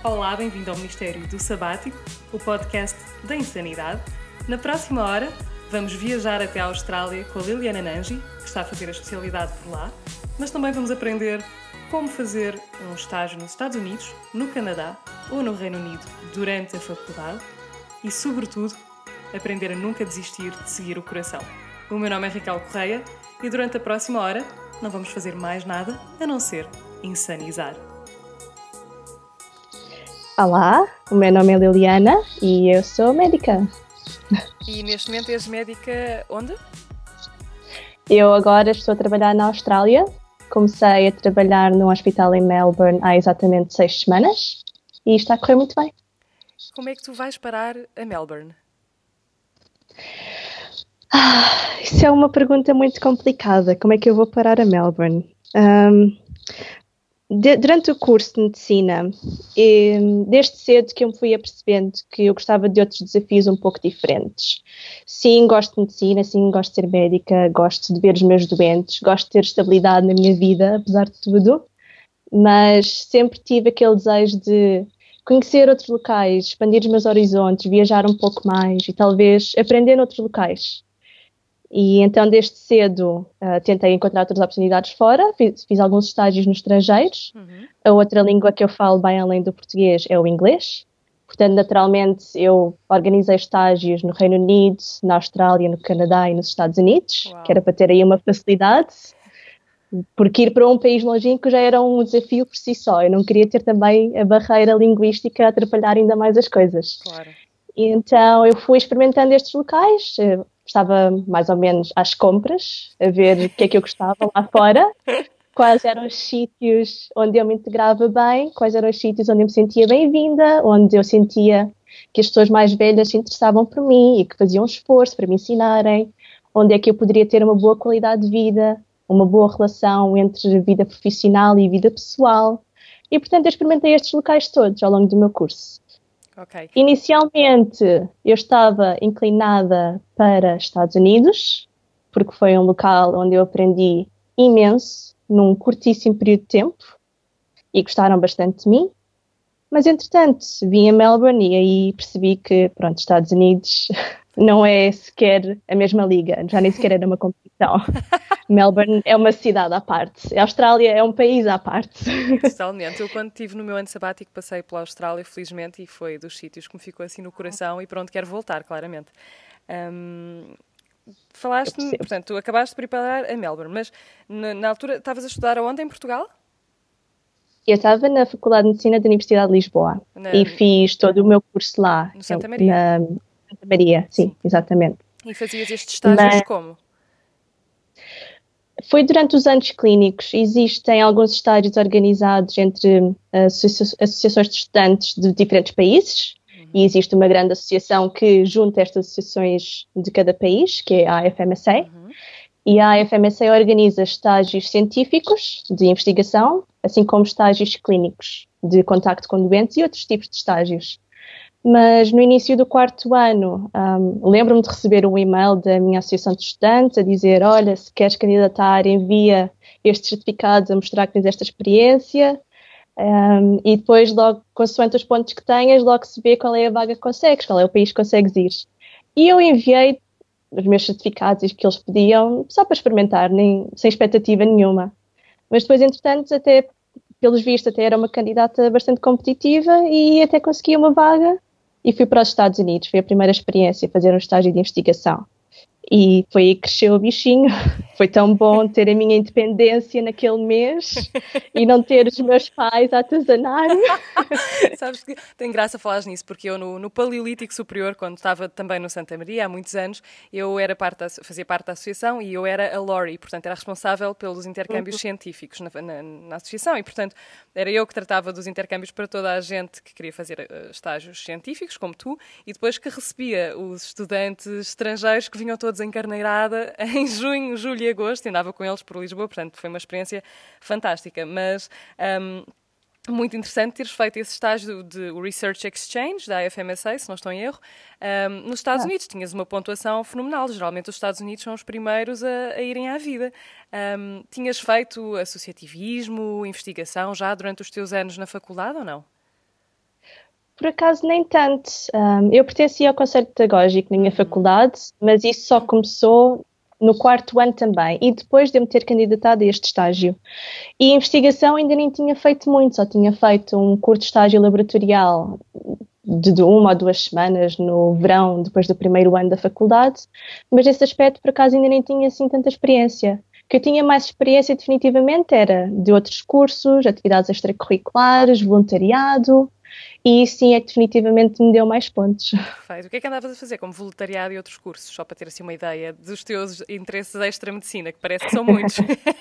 Olá, bem-vindo ao Ministério do Sabático, o podcast da Insanidade. Na próxima hora, vamos viajar até a Austrália com a Liliana Nanji, que está a fazer a especialidade por lá, mas também vamos aprender como fazer um estágio nos Estados Unidos, no Canadá ou no Reino Unido durante a faculdade e, sobretudo, aprender a nunca desistir de seguir o coração. O meu nome é Raquel Correia e durante a próxima hora não vamos fazer mais nada a não ser insanizar. Olá, o meu nome é Liliana e eu sou médica. E neste momento és médica onde? Eu agora estou a trabalhar na Austrália. Comecei a trabalhar num hospital em Melbourne há exatamente 6 semanas e está a correr muito bem. Como é que tu vais parar a Melbourne? Isso é uma pergunta muito complicada. Como é que eu vou parar a Melbourne? Durante o curso de medicina, desde cedo que eu me fui apercebendo que eu gostava de outros desafios um pouco diferentes. Sim, gosto de medicina, sim, gosto de ser médica, gosto de ver os meus doentes, gosto de ter estabilidade na minha vida, apesar de tudo, mas sempre tive aquele desejo de conhecer outros locais, expandir os meus horizontes, viajar um pouco mais e talvez aprender noutros locais. E então, desde cedo, tentei encontrar outras oportunidades fora, fiz alguns estágios nos estrangeiros. A outra língua que eu falo bem além do português é o inglês. Portanto, naturalmente, eu organizei estágios no Reino Unido, na Austrália, no Canadá e nos Estados Unidos, Uau. que era para ter aí uma facilidade, porque ir para um país longínquo já era um desafio por si só. Eu não queria ter também a barreira linguística a atrapalhar ainda mais as coisas. Claro. E então, eu fui experimentando estes locais. Estava mais ou menos às compras, a ver o que é que eu gostava lá fora, quais eram os sítios onde eu me integrava bem, quais eram os sítios onde eu me sentia bem-vinda, onde eu sentia que as pessoas mais velhas se interessavam por mim e que faziam um esforço para me ensinarem, onde é que eu poderia ter uma boa qualidade de vida, uma boa relação entre vida profissional e vida pessoal. E, portanto, eu experimentei estes locais todos ao longo do meu curso. Ok. Inicialmente, eu estava inclinada para Estados Unidos, porque foi um local onde eu aprendi imenso, num curtíssimo período de tempo, e gostaram bastante de mim. Mas, entretanto, vim a Melbourne e aí percebi que, pronto, Estados Unidos não é sequer a mesma liga, já nem sequer era uma competição. Melbourne é uma cidade à parte. A Austrália é um país à parte. Totalmente. Eu, quando estive no meu ano sabático, passei pela Austrália, felizmente, e foi dos sítios que me ficou assim no coração e pronto, quero voltar, claramente. Falaste-me, portanto, tu acabaste de preparar a Melbourne, mas na altura estavas a estudar aonde em Portugal? Eu estava na Faculdade de Medicina da Universidade de Lisboa e fiz todo o meu curso lá. No Santa Maria? Na Santa Maria, sim, exatamente. E fazias estes estágios como? Foi durante os anos clínicos. Existem alguns estágios organizados entre associações de estudantes de diferentes países e existe uma grande associação que junta estas associações de cada país, que é a AFMSA. E a AFMSA organiza estágios científicos de investigação, assim como estágios clínicos de contacto com doentes e outros tipos de estágios. Mas no início do 4º ano, lembro-me de receber um e-mail da minha associação de estudantes a dizer: olha, se queres candidatar, envia estes certificados a mostrar que tens esta experiência. E depois, logo, consoante os pontos que tenhas, logo se vê qual é a vaga que consegues, qual é o país que consegues ir. E eu enviei os meus certificados que eles pediam só para experimentar, sem expectativa nenhuma. Mas depois, entretanto, até, pelos vistos, até era uma candidata bastante competitiva e até consegui uma vaga e fui para os Estados Unidos. Foi a primeira experiência, fazer um estágio de investigação. E foi aí que cresceu o bichinho. Foi tão bom ter a minha independência naquele mês e não ter os meus pais a atazanar-me. Sabes que tem graça falares nisso, porque eu no Paleolítico Superior, quando estava também no Santa Maria, há muitos anos, eu fazia parte da associação e eu era a Lori, portanto era responsável pelos intercâmbios científicos na associação e, portanto, era eu que tratava dos intercâmbios para toda a gente que queria fazer estágios científicos, como tu, e depois que recebia os estudantes estrangeiros que vinham todos em carneirada em junho, julho e agosto, e andava com eles por Lisboa, portanto foi uma experiência fantástica, mas muito interessante teres feito esse estágio de Research Exchange da IFMSA, se não estou em erro. Nos Estados Unidos tinhas uma pontuação fenomenal. Geralmente os Estados Unidos são os primeiros a irem à vida. Tinhas feito associativismo, investigação já durante os teus anos na faculdade ou não? Por acaso, nem tanto. Eu pertencia ao Conselho Pedagógico na minha faculdade, mas isso só começou no quarto ano também, e depois de eu me ter candidatado a este estágio. E a investigação ainda nem tinha feito muito, só tinha feito um curto estágio laboratorial de 1 ou 2 semanas no verão, depois do primeiro ano da faculdade, mas nesse aspecto, por acaso, ainda nem tinha assim tanta experiência. O que eu tinha mais experiência, definitivamente, era de outros cursos, atividades extracurriculares, voluntariado, e isso sim é que definitivamente me deu mais pontos. Perfeito. O que é que andavas a fazer como voluntariado e outros cursos? Só para ter assim uma ideia dos teus interesses extra-medicina, que parece que são muitos.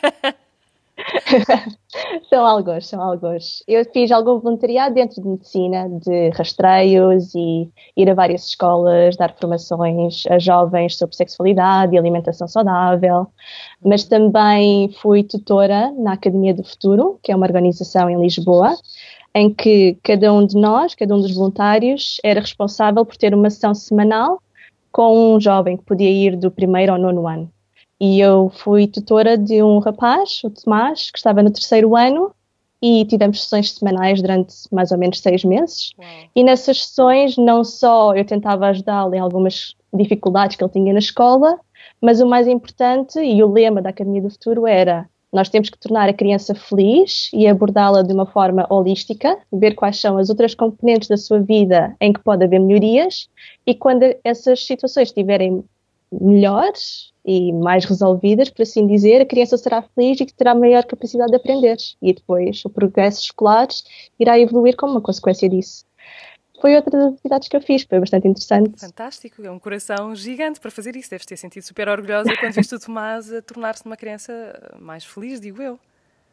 São alguns, são alguns. Eu fiz algum voluntariado dentro de medicina, de rastreios e ir a várias escolas, dar formações a jovens sobre sexualidade e alimentação saudável, mas também fui tutora na Academia do Futuro, que é uma organização em Lisboa, em que cada um de nós, cada um dos voluntários, era responsável por ter uma sessão semanal com um jovem que podia ir do primeiro ao nono ano. E eu fui tutora de um rapaz, o Tomás, que estava no terceiro ano, e tivemos sessões semanais durante mais ou menos 6 meses. Uau. E nessas sessões não só eu tentava ajudá-lo em algumas dificuldades que ele tinha na escola, mas o mais importante, e o lema da Academia do Futuro era: nós temos que tornar a criança feliz e abordá-la de uma forma holística, ver quais são as outras componentes da sua vida em que pode haver melhorias, e quando essas situações estiverem melhores e mais resolvidas, por assim dizer, a criança será feliz e terá maior capacidade de aprender. E depois o progresso escolar irá evoluir como uma consequência disso. Foi outra das atividades que eu fiz, foi bastante interessante. Fantástico, é um coração gigante para fazer isso. Deves ter sentido super orgulhosa quando viste o Tomás a tornar-se uma criança mais feliz, digo eu.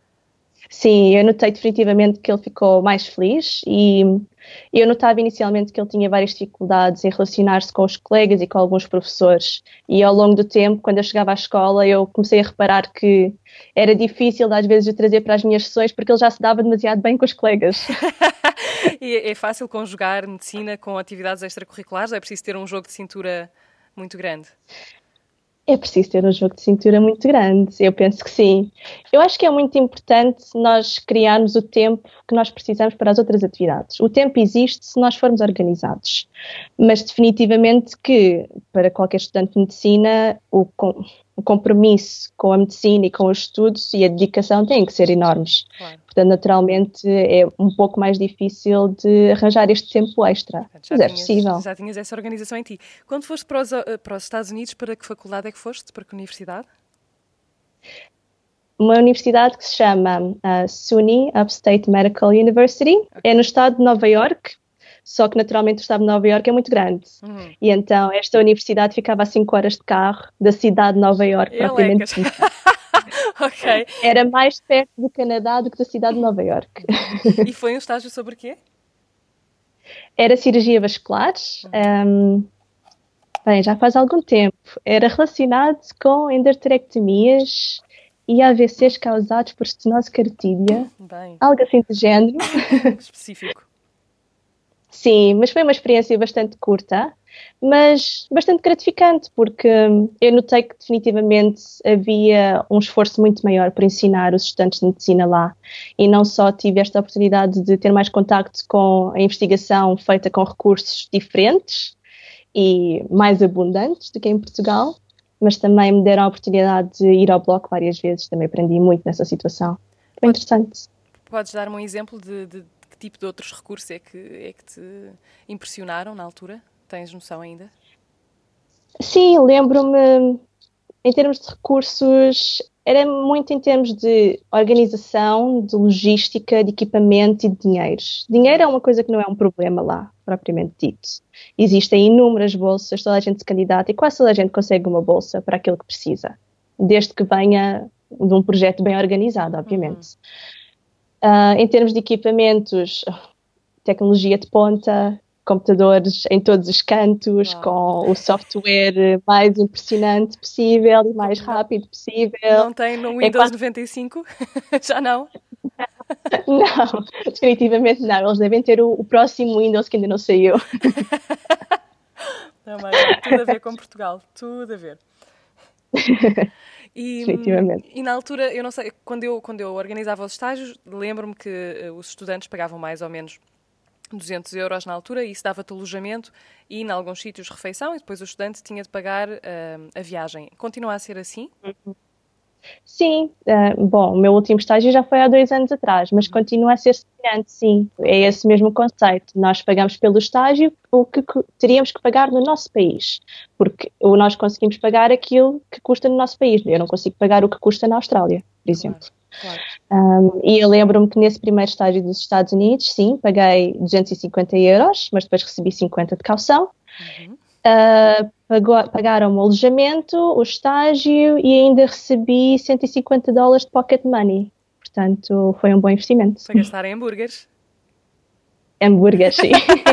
Sim, eu notei definitivamente que ele ficou mais feliz e eu notava inicialmente que ele tinha várias dificuldades em relacionar-se com os colegas e com alguns professores. E ao longo do tempo, quando eu chegava à escola, eu comecei a reparar que era difícil às vezes o trazer para as minhas sessões porque ele já se dava demasiado bem com os colegas. E é fácil conjugar medicina com atividades extracurriculares? Ou é preciso ter um jogo de cintura muito grande? É preciso ter um jogo de cintura muito grande, eu penso que sim. Eu acho que é muito importante nós criarmos o tempo que nós precisamos para as outras atividades. O tempo existe se nós formos organizados, mas definitivamente que para qualquer estudante de medicina o compromisso com a medicina e com os estudos e a dedicação têm que ser enormes. Claro. Portanto, naturalmente é um pouco mais difícil de arranjar este tempo extra, mas é possível. Já tinhas essa organização em ti. Quando foste para os Estados Unidos, para que faculdade é que foste? Para que universidade? Uma universidade que se chama SUNY Upstate Medical University, é no estado de Nova Iorque, só que naturalmente o estado de Nova Iorque é muito grande. E então esta universidade ficava a 5 horas de carro da cidade de Nova Iorque, propriamente dita. Ok. Era mais perto do Canadá do que da cidade de Nova Iorque. E foi um estágio sobre o quê? Era cirurgia vascular. Bem, já faz algum tempo. Era relacionado com endarterectomias e AVCs causados por estenose carotídea. Bem. Algo assim do género. Específico. Sim, mas foi uma experiência bastante curta, mas bastante gratificante, porque eu notei que definitivamente havia um esforço muito maior para ensinar os estudantes de medicina lá. E não só tive esta oportunidade de ter mais contacto com a investigação feita com recursos diferentes e mais abundantes do que em Portugal, mas também me deram a oportunidade de ir ao bloco várias vezes, também aprendi muito nessa situação. Foi interessante. Podes dar-me um exemplo de que tipo de outros recursos é que te impressionaram na altura? Tens noção ainda? Sim, lembro-me, em termos de recursos, era muito em termos de organização, de logística, de equipamento e de dinheiros. Dinheiro é uma coisa que não é um problema lá, propriamente dito. Existem inúmeras bolsas, toda a gente se candidata e quase toda a gente consegue uma bolsa para aquilo que precisa, desde que venha de um projeto bem organizado, obviamente. Em termos de equipamentos, tecnologia de ponta, computadores em todos os cantos, com o software mais impressionante possível e mais rápido possível. Não tem no Windows 95? Já não? Não, definitivamente não. Eles devem ter o próximo Windows que ainda não saiu. Não, mas tudo a ver com Portugal. Tudo a ver. E na altura, eu não sei, quando eu organizava os estágios, lembro-me que os estudantes pagavam mais ou menos €200 na altura, e isso dava-te alojamento e, em alguns sítios, refeição, e depois o estudante tinha de pagar a viagem. Continua a ser assim? Sim, bom, o meu último estágio já foi há 2 anos atrás, mas continua a ser semelhante, sim. É esse mesmo conceito. Nós pagamos pelo estágio o que teríamos que pagar no nosso país, porque nós conseguimos pagar aquilo que custa no nosso país. Eu não consigo pagar o que custa na Austrália, por exemplo. Claro. E eu lembro-me que nesse primeiro estágio dos Estados Unidos, sim, paguei €250, mas depois recebi 50 de caução. Pagaram-me o alojamento, o estágio e ainda recebi $150 de pocket money. Portanto, foi um bom investimento. Para gastar em hambúrgueres. Hambúrgueres, sim.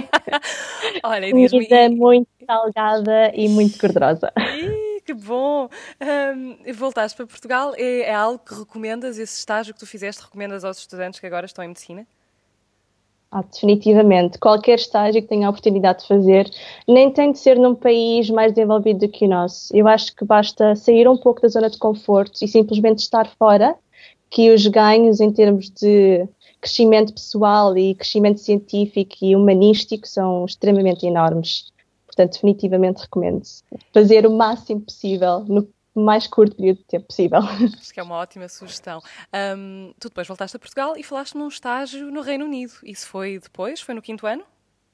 Olha, Comida muito salgada e muito gordurosa. Que bom! Voltaste para Portugal, é algo que recomendas, esse estágio que tu fizeste, recomendas aos estudantes que agora estão em medicina? Definitivamente. Qualquer estágio que tenha a oportunidade de fazer, nem tem de ser num país mais desenvolvido do que o nosso. Eu acho que basta sair um pouco da zona de conforto e simplesmente estar fora, que os ganhos em termos de crescimento pessoal e crescimento científico e humanístico são extremamente enormes. Portanto, definitivamente recomendo fazer o máximo possível no mais curto período de tempo possível. Acho que é uma ótima sugestão. Tu depois voltaste a Portugal e falaste num estágio no Reino Unido. Isso foi depois? Foi no 5º ano?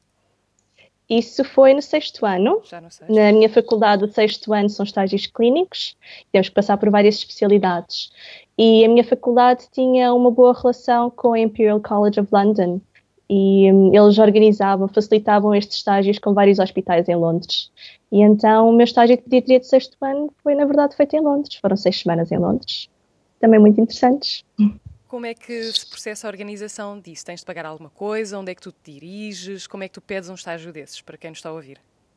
Isso foi no 6º ano. Já no 6º. Na minha faculdade, o 6º ano são estágios clínicos. Temos que passar por várias especialidades. E a minha faculdade tinha uma boa relação com a Imperial College of London. E eles organizavam, facilitavam estes estágios com vários hospitais em Londres. E então o meu estágio de pediatria de 6º ano foi, na verdade, feito em Londres. Foram 6 semanas em Londres. Também muito interessantes. Como é que se processa a organização disso? Tens de pagar alguma coisa? Onde é que tu te diriges? Como é que tu pedes um estágio desses, para quem nos está a ouvir?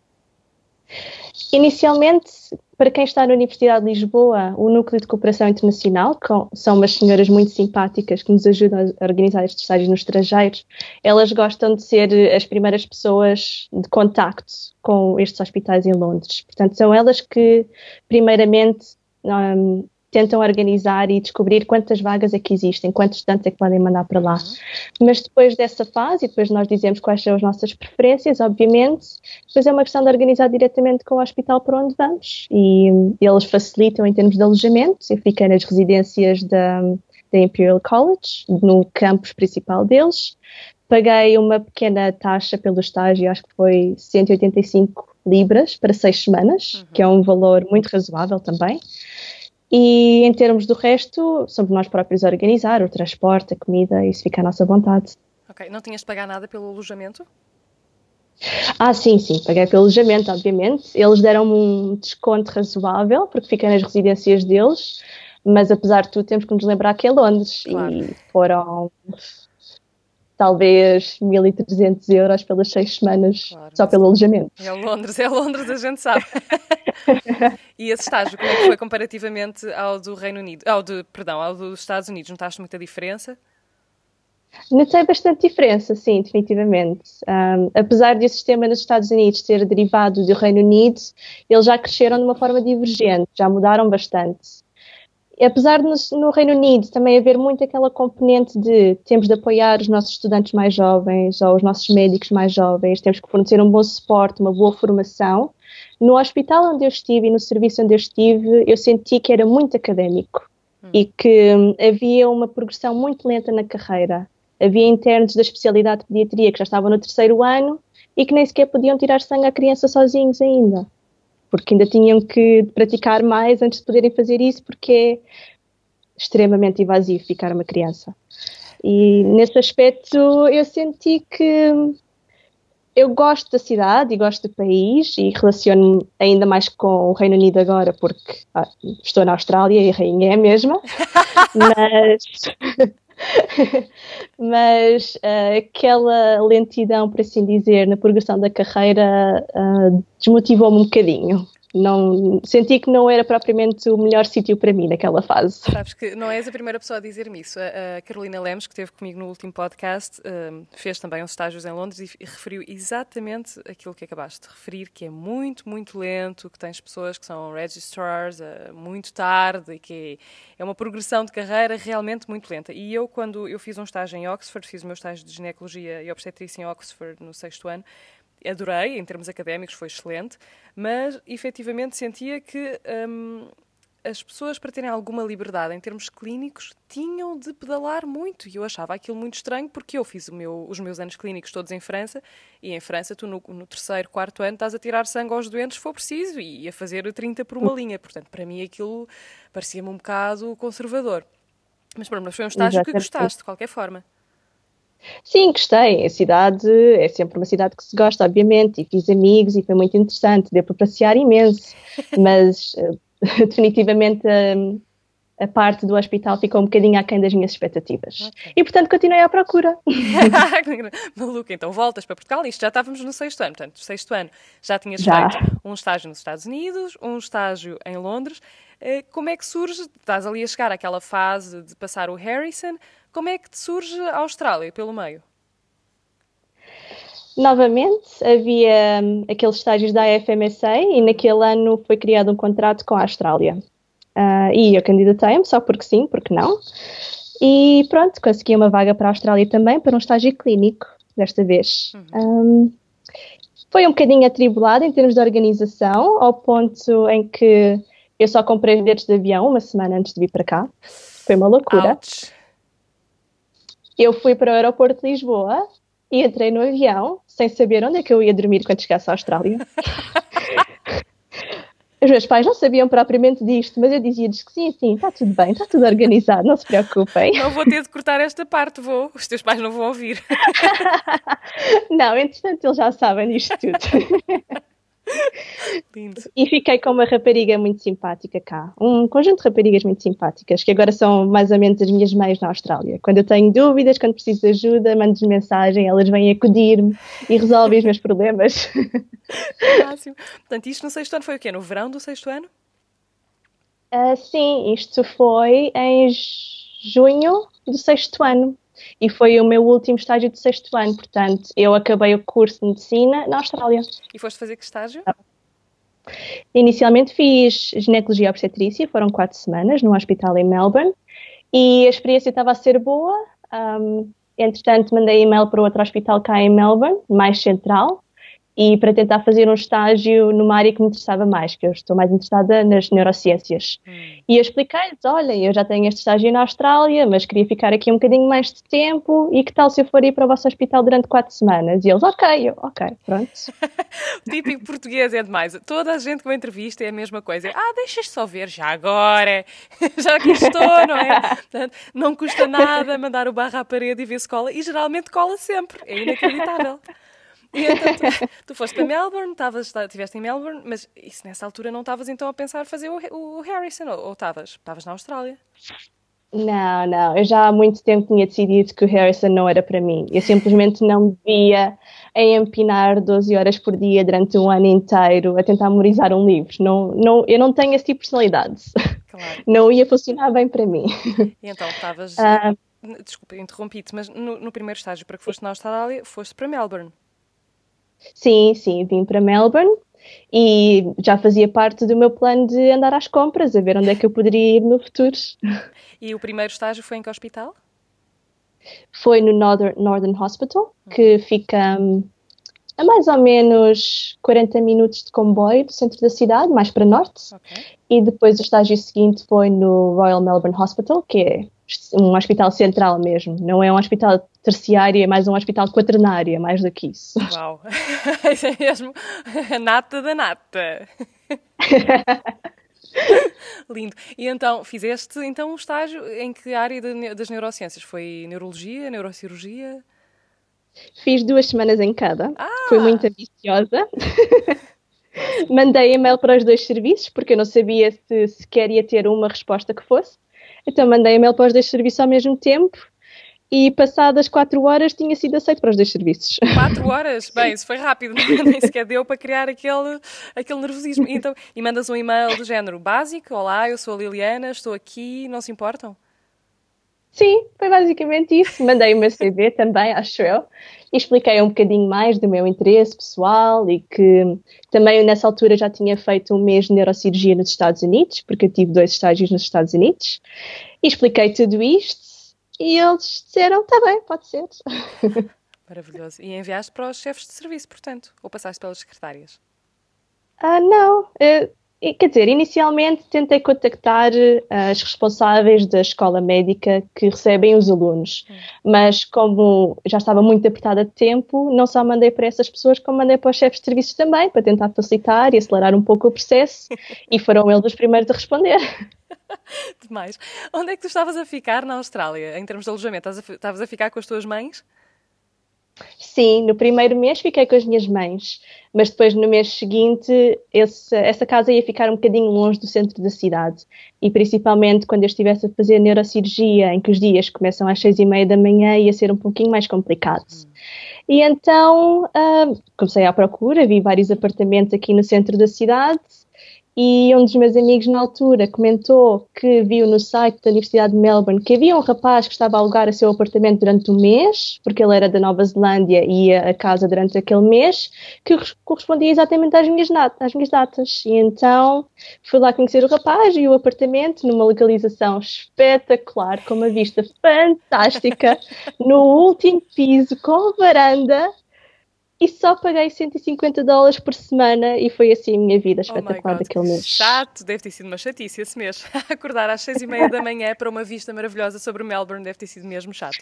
Inicialmente, para quem está na Universidade de Lisboa, o Núcleo de Cooperação Internacional, que são umas senhoras muito simpáticas que nos ajudam a organizar estes estágios nos estrangeiros, elas gostam de ser as primeiras pessoas de contacto com estes hospitais em Londres. Portanto, são elas que, primeiramente, tentam organizar e descobrir quantas vagas é que existem, quantos estudantes é que podem mandar para lá. Mas depois dessa fase, e depois nós dizemos quais são as nossas preferências, obviamente, depois é uma questão de organizar diretamente com o hospital para onde vamos. E eles facilitam em termos de alojamento. Eu fiquei nas residências da Imperial College, no campus principal deles. Paguei uma pequena taxa pelo estágio, acho que foi 185 libras para 6 semanas, que é um valor muito razoável também. E em termos do resto, somos nós próprios a organizar o transporte, a comida, isso fica à nossa vontade. Ok, não tinhas de pagar nada pelo alojamento? Sim, paguei pelo alojamento, obviamente. Eles deram-me um desconto razoável, porque fiquei nas residências deles, mas apesar de tudo temos que nos lembrar que é Londres. Claro. E foram talvez €1.300 pelas 6 semanas, claro, só pelo alojamento. É Londres, a gente sabe. E esse estágio, como é que foi comparativamente ao do Reino Unido? Ao dos Estados Unidos? Notaste muita diferença? Notei bastante diferença, sim, definitivamente. Apesar de o sistema nos Estados Unidos ter derivado do Reino Unido, eles já cresceram de uma forma divergente, já mudaram bastante. Apesar de no Reino Unido também haver muito aquela componente de temos de apoiar os nossos estudantes mais jovens ou os nossos médicos mais jovens, temos que fornecer um bom suporte, uma boa formação. No hospital onde eu estive e no serviço onde eu estive, eu senti que era muito académico e que havia uma progressão muito lenta na carreira. Havia internos da especialidade de pediatria que já estavam no 3º ano e que nem sequer podiam tirar sangue à criança sozinhos ainda, porque ainda tinham que praticar mais antes de poderem fazer isso, porque é extremamente invasivo ficar uma criança. E nesse aspecto eu senti que eu gosto da cidade e gosto do país e relaciono-me ainda mais com o Reino Unido agora, porque estou na Austrália e a rainha é a mesma, mas aquela lentidão, por assim dizer, na progressão da carreira desmotivou-me um bocadinho. não, senti que não era propriamente o melhor sítio para mim naquela fase. Sabes que não és a primeira pessoa a dizer-me isso. A Carolina Lemos, que esteve comigo no último podcast, fez também uns estágios em Londres e referiu exatamente aquilo que acabaste de referir, que é muito, muito lento, que tens pessoas que são registrars muito tarde e que é uma progressão de carreira realmente muito lenta. E eu, quando eu fiz um estágio em Oxford, fiz o meu estágio de ginecologia e obstetrícia em Oxford no 6º ano, adorei, em termos académicos foi excelente, mas efetivamente sentia que as pessoas, para terem alguma liberdade em termos clínicos, tinham de pedalar muito. E eu achava aquilo muito estranho, porque eu fiz os meus anos clínicos todos em França, e em França tu no 3º, 4º ano estás a tirar sangue aos doentes se for preciso, e a fazer 30 por uma linha. Portanto, para mim aquilo parecia-me um bocado conservador. Mas pronto, mas foi um estágio que gostaste, de qualquer forma. Sim, gostei. A cidade é sempre uma cidade que se gosta, obviamente, e fiz amigos e foi muito interessante, deu para passear imenso, mas definitivamente a parte do hospital ficou um bocadinho aquém das minhas expectativas. Okay. E, portanto, continuei à procura. Maluca, então voltas para Portugal, isto já estávamos no 6º ano, portanto, no 6º ano já tinhas feito um estágio nos Estados Unidos, um estágio em Londres. Como é que surge, estás ali a chegar àquela fase de passar o Harrison, como é que te surge a Austrália pelo meio? Novamente, havia aqueles estágios da AFMSA e naquele ano foi criado um contrato com a Austrália. E eu candidatei-me, só porque sim, porque não. E pronto, consegui uma vaga para a Austrália também, para um estágio clínico, desta vez. Foi um bocadinho atribulado em termos de organização, ao ponto em que eu só comprei bilhetes de avião uma semana antes de vir para cá. Foi uma loucura. Ouch. Eu fui para o aeroporto de Lisboa e entrei no avião sem saber onde é que eu ia dormir quando chegasse à Austrália. Os meus pais não sabiam propriamente disto, mas eu dizia-lhes que sim, está tudo bem, está tudo organizado, não se preocupem. Não vou ter de cortar esta parte, os teus pais não vão ouvir. Não, entretanto eles já sabem disto tudo. Lindo. E fiquei com uma rapariga muito simpática cá, um conjunto de raparigas muito simpáticas, que agora são mais ou menos as minhas mães na Austrália. Quando eu tenho dúvidas, quando preciso de ajuda, mando-lhes mensagem, elas vêm acudir-me e resolvem os meus problemas. Máximo. Portanto, isto no 6º ano foi o quê? No verão do 6º ano? Sim, isto foi em junho do 6º ano. E foi o meu último estágio do 6º ano, portanto, eu acabei o curso de medicina na Austrália. E foste fazer que estágio? Inicialmente fiz ginecologia e obstetrícia, foram 4 semanas num hospital em Melbourne, e a experiência estava a ser boa. Entretanto, mandei e-mail para outro hospital cá em Melbourne, mais central, e para tentar fazer um estágio numa área que me interessava mais, que eu estou mais interessada nas neurociências. E eu expliquei-lhes, olha, eu já tenho este estágio na Austrália, mas queria ficar aqui um bocadinho mais de tempo, e que tal se eu for ir para o vosso hospital durante 4 semanas? E eles, ok, pronto. O típico português é demais. Toda a gente que me entrevista é a mesma coisa. Deixas só ver, já agora, já aqui estou, não é? Portanto, não custa nada mandar o barro à parede e ver se cola, e geralmente cola sempre, é inacreditável. E então tu foste para Melbourne, estiveste em Melbourne, mas isso nessa altura não estavas então a pensar fazer o Harrison, ou estavas? Estavas na Austrália? Não, eu já há muito tempo tinha decidido que o Harrison não era para mim. Eu simplesmente não me via em empinar 12 horas por dia durante um ano inteiro a tentar memorizar um livro. Eu não tenho esse tipo de personalidade. Claro. Não ia funcionar bem para mim. E então estavas... Desculpa, interrompi-te, mas no primeiro estágio para que foste na Austrália, foste para Melbourne. Sim, vim para Melbourne e já fazia parte do meu plano de andar às compras, a ver onde é que eu poderia ir no futuro. E o primeiro estágio foi em que hospital? Foi no Northern Hospital, que fica a mais ou menos 40 minutos de comboio do centro da cidade, mais para norte. Okay. E depois o estágio seguinte foi no Royal Melbourne Hospital, que é um hospital central mesmo. Não é um hospital terciário, é mais um hospital quaternário, é mais do que isso. Uau! Isso é mesmo a nata da nata. Lindo. E então, fizeste um estágio em que área das neurociências? Foi neurologia, neurocirurgia? Fiz 2 semanas em cada. Fui muito ambiciosa. Mandei e-mail para os 2 serviços, porque eu não sabia se sequer ia ter uma resposta que fosse. Então mandei e-mail para os 2 serviços ao mesmo tempo e passadas 4 horas tinha sido aceito para os 2 serviços. 4 horas? Bem, isso foi rápido, nem sequer deu para criar aquele nervosismo. E mandas um e-mail do género básico: olá, eu sou a Liliana, estou aqui, não se importam? Sim, foi basicamente isso. Mandei o meu CV também, acho eu, e expliquei um bocadinho mais do meu interesse pessoal e que também nessa altura já tinha feito um mês de neurocirurgia nos Estados Unidos, porque eu tive 2 estágios nos Estados Unidos, e expliquei tudo isto e eles disseram, está bem, pode ser. Maravilhoso. E enviaste para os chefes de serviço, portanto, ou passaste pelas secretárias? Não, quer dizer, inicialmente tentei contactar as responsáveis da escola médica que recebem os alunos, mas como já estava muito apertada de tempo, não só mandei para essas pessoas, como mandei para os chefes de serviços também, para tentar facilitar e acelerar um pouco o processo, e foram eles os primeiros a responder. Demais. Onde é que tu estavas a ficar na Austrália, em termos de alojamento? Estavas a ficar com as tuas mães? Sim, no primeiro mês fiquei com as minhas mães, mas depois no mês seguinte essa casa ia ficar um bocadinho longe do centro da cidade e principalmente quando eu estivesse a fazer neurocirurgia, em que os dias começam às 6:30 da manhã, ia ser um pouquinho mais complicado. E então comecei à procura, vi vários apartamentos aqui no centro da cidade e um dos meus amigos na altura comentou que viu no site da Universidade de Melbourne que havia um rapaz que estava a alugar o seu apartamento durante um mês, porque ele era da Nova Zelândia e ia a casa durante aquele mês, que correspondia exatamente às minhas datas. E então fui lá conhecer o rapaz e o apartamento numa localização espetacular, com uma vista fantástica, no último piso, com varanda. E só paguei $150 por semana e foi assim a minha vida espetacular daquele mês. Chato, deve ter sido uma chatice esse mês. Acordar às 6:30 da manhã para uma vista maravilhosa sobre Melbourne deve ter sido mesmo chato.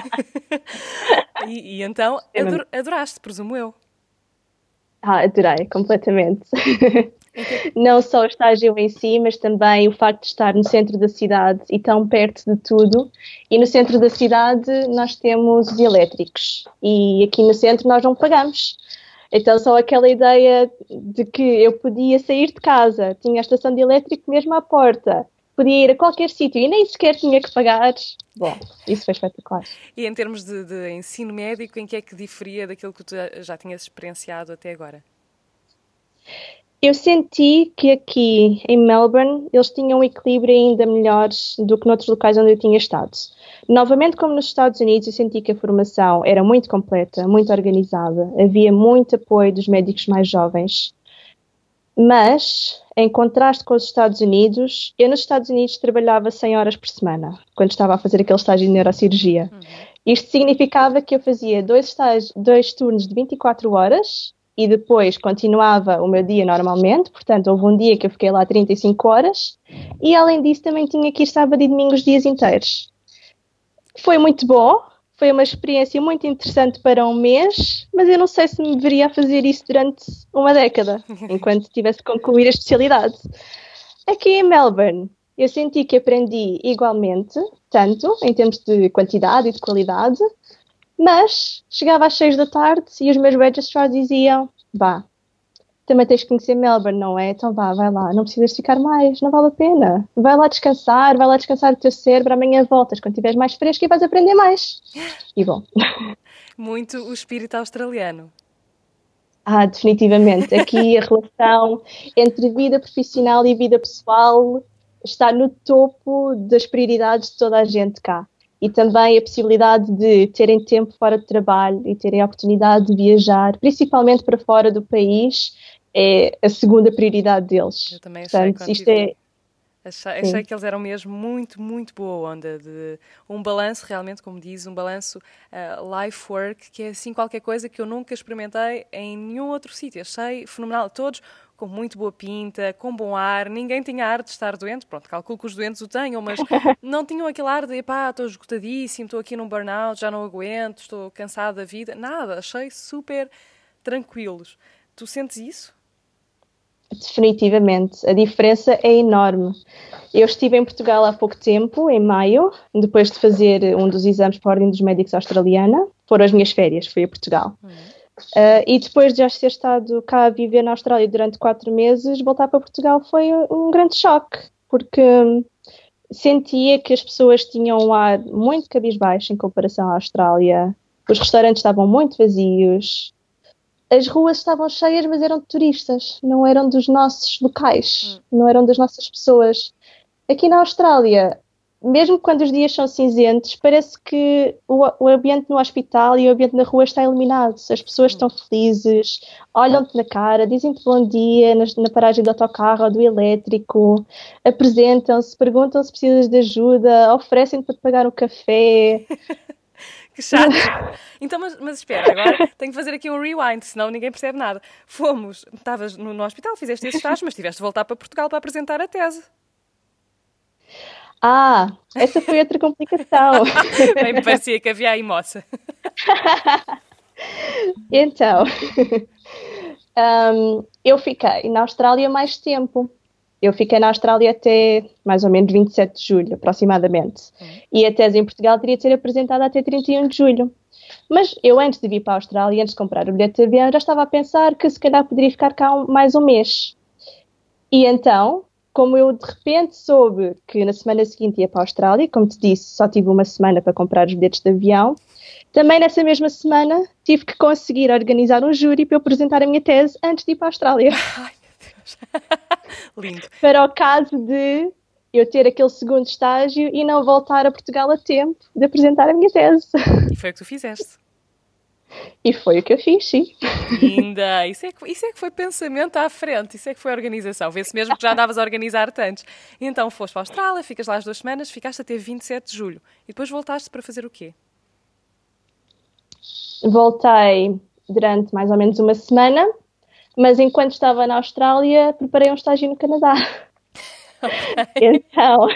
e então adoraste, presumo eu. Adorei, completamente. Não só o estágio em si, mas também o facto de estar no centro da cidade e tão perto de tudo. E no centro da cidade nós temos os elétricos e aqui no centro nós não pagamos. Então só aquela ideia de que eu podia sair de casa, tinha a estação de elétrico mesmo à porta, podia ir a qualquer sítio e nem sequer tinha que pagar. Bom, isso foi espetacular. E em termos de ensino médico, em que é que diferia daquilo que tu já tinhas experienciado até agora? Eu senti que aqui em Melbourne eles tinham um equilíbrio ainda melhor do que noutros locais onde eu tinha estado. Novamente, como nos Estados Unidos, eu senti que a formação era muito completa, muito organizada, havia muito apoio dos médicos mais jovens. Mas, em contraste com os Estados Unidos, eu nos Estados Unidos trabalhava 100 horas por semana, quando estava a fazer aquele estágio de neurocirurgia. Isto significava que eu fazia 2 turnos de 24 horas e depois continuava o meu dia normalmente, portanto houve um dia que eu fiquei lá 35 horas e além disso também tinha que ir sábado e domingo os dias inteiros. Foi muito bom, foi uma experiência muito interessante para um mês, mas eu não sei se me deveria fazer isso durante uma década, enquanto tivesse que concluir a especialidade. Aqui em Melbourne, eu senti que aprendi igualmente, tanto em termos de quantidade e de qualidade, mas chegava às 6 da tarde e os meus registrars diziam, vá, também tens que conhecer Melbourne, não é? Então vá, vai lá, não precisas ficar mais, não vale a pena. Vai lá descansar o teu cérebro, amanhã voltas quando estiveres mais fresco e vais aprender mais. E bom. Muito o espírito australiano. Definitivamente. Aqui a relação entre vida profissional e vida pessoal está no topo das prioridades de toda a gente cá. E também a possibilidade de terem tempo fora de trabalho e terem a oportunidade de viajar, principalmente para fora do país, é a segunda prioridade deles. Eu também achei. Portanto, isto é... Achei que eles eram mesmo muito, muito boa onda, de um balanço realmente, como diz, um balanço life work, que é assim qualquer coisa que eu nunca experimentei em nenhum outro sítio. Achei fenomenal, todos com muito boa pinta, com bom ar, ninguém tinha ar de estar doente, pronto, calculo que os doentes o tenham, mas não tinham aquele ar de, pá, estou esgotadíssimo, estou aqui num burnout, já não aguento, estou cansado da vida, nada, achei super tranquilos. Tu sentes isso? Definitivamente, a diferença é enorme. Eu estive em Portugal há pouco tempo, em maio, depois de fazer um dos exames para a Ordem dos Médicos Australiana, foram as minhas férias, fui a Portugal. E depois de já ter estado cá a viver na Austrália durante 4 meses, voltar para Portugal foi um grande choque, porque sentia que as pessoas tinham um ar muito cabisbaixo em comparação à Austrália. Os restaurantes estavam muito vazios. As ruas estavam cheias, mas eram de turistas, não eram dos nossos locais, não eram das nossas pessoas. Aqui na Austrália, mesmo quando os dias são cinzentos, parece que o ambiente no hospital e o ambiente na rua está iluminado. As pessoas estão felizes, olham-te na cara, dizem-te bom dia na paragem do autocarro ou do elétrico, apresentam-se, perguntam se precisas de ajuda, oferecem-te para te pagar um café. Que chato. Então, mas espera, agora tenho que fazer aqui um rewind, senão ninguém percebe nada. Estavas no hospital, fizeste esse estágio, mas tiveste de voltar para Portugal para apresentar a tese. Essa foi outra complicação. Bem, me parecia que havia aí moça. Então, eu fiquei na Austrália mais tempo. Eu fiquei na Austrália até mais ou menos 27 de julho, aproximadamente. E a tese em Portugal teria de ser apresentada até 31 de julho. Mas eu, antes de vir para a Austrália, antes de comprar o bilhete de avião, já estava a pensar que se calhar poderia ficar cá mais um mês. E então, como eu de repente soube que na semana seguinte ia para a Austrália, como te disse, só tive uma semana para comprar os bilhetes de avião, também nessa mesma semana tive que conseguir organizar um júri para eu apresentar a minha tese antes de ir para a Austrália. Ai, meu Deus. Lindo. Para o caso de eu ter aquele segundo estágio e não voltar a Portugal a tempo de apresentar a minha tese. E foi o que tu fizeste. E foi o que eu fiz, sim. Linda! Isso é que foi pensamento à frente, isso é que foi organização. Vê-se mesmo que já andavas a organizar tantos. E então foste para a Austrália, ficas lá as 2 semanas, ficaste até 27 de julho. E depois voltaste para fazer o quê? Voltei durante mais ou menos uma semana, mas enquanto estava na Austrália, preparei um estágio no Canadá. Okay. Então,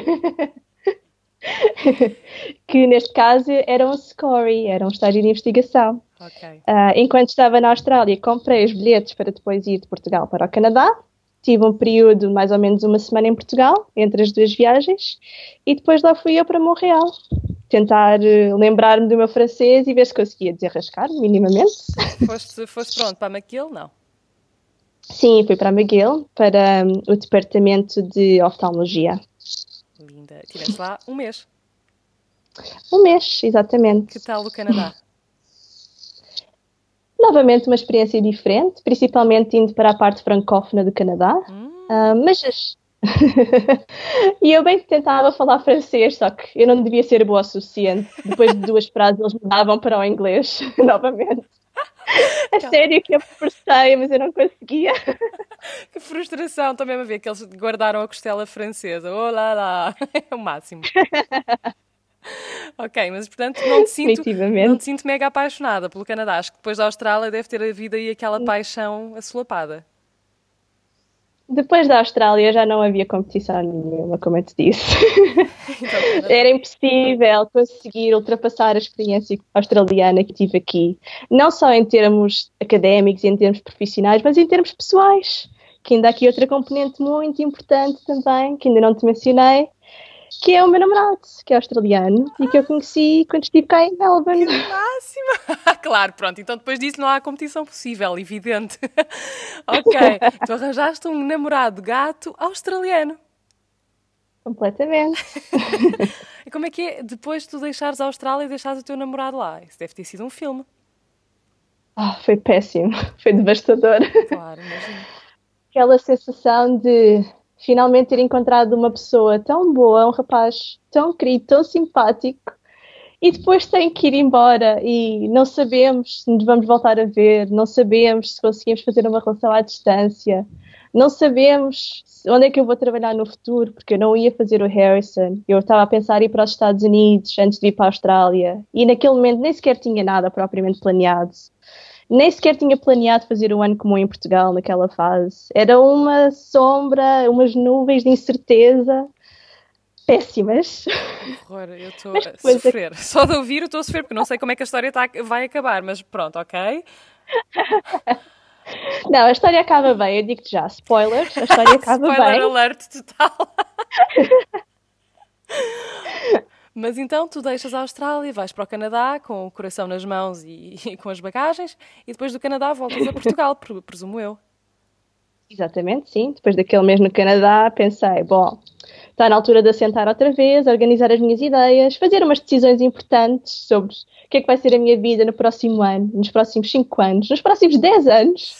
que neste caso era um SCORI, era um estágio de investigação. Okay. Enquanto estava na Austrália, comprei os bilhetes para depois ir de Portugal para o Canadá. Tive um período, mais ou menos uma semana em Portugal, entre as 2 viagens, e depois lá fui eu para Montreal. Tentar lembrar-me do meu francês e ver se conseguia desenrascar minimamente. Foste pronto para McGill, não? Sim, fui para a McGill, para o departamento de oftalmologia. Linda. Tiveste lá um mês. Um mês, exatamente. Que tal o Canadá? Novamente uma experiência diferente, principalmente indo para a parte francófona do Canadá. Mas e eu bem que tentava falar francês, só que eu não devia ser boa o suficiente. Depois de 2 frases eles mudavam para o inglês, novamente. É sério que eu forcei, mas eu não conseguia. Que frustração, estou mesmo a ver que eles guardaram a costela francesa. Oh lá lá, é o máximo. Ok, mas portanto não te sinto mega apaixonada pelo Canadá. Acho que depois da Austrália deve ter havido aí aquela paixão assolapada. Depois da Austrália já não havia competição nenhuma, como eu te disse. Era impossível conseguir ultrapassar a experiência australiana que tive aqui. Não só em termos académicos e em termos profissionais, mas em termos pessoais. Que ainda há aqui outra componente muito importante também, que ainda não te mencionei, que é o meu namorado, que é australiano, e que eu conheci quando estive cá em Melbourne. Que máximo! Claro, pronto, então depois disso não há competição possível, evidente. Ok, tu arranjaste um namorado gato australiano. Completamente. E como é que é, depois de tu deixares a Austrália e deixares o teu namorado lá? Isso deve ter sido um filme. Foi péssimo, foi devastador. Claro, imagino. Aquela sensação de finalmente ter encontrado uma pessoa tão boa, um rapaz tão querido, tão simpático, e depois tem que ir embora e não sabemos se nos vamos voltar a ver, não sabemos se conseguimos fazer uma relação à distância, não sabemos onde é que eu vou trabalhar no futuro, porque eu não ia fazer o Harrison, eu estava a pensar em ir para os Estados Unidos antes de ir para a Austrália, e naquele momento nem sequer tinha nada propriamente planeado. Nem sequer tinha planeado fazer um ano comum em Portugal naquela fase. Era uma sombra, umas nuvens de incerteza péssimas. Horror, eu estou a sofrer. Só de ouvir eu estou a sofrer, porque não sei como é que a história vai acabar, mas pronto, ok? Não, a história acaba bem, eu digo-te já. Spoilers, a história acaba Spoiler bem. alert total. Mas então tu deixas a Austrália, vais para o Canadá com o coração nas mãos e com as bagagens e depois do Canadá voltas a Portugal, presumo eu. Exatamente, sim. Depois daquele mês no Canadá pensei, bom, Está na altura de assentar outra vez, organizar as minhas ideias, fazer umas decisões importantes sobre o que é que vai ser a minha vida no próximo ano, nos próximos 5 anos, nos próximos 10 anos.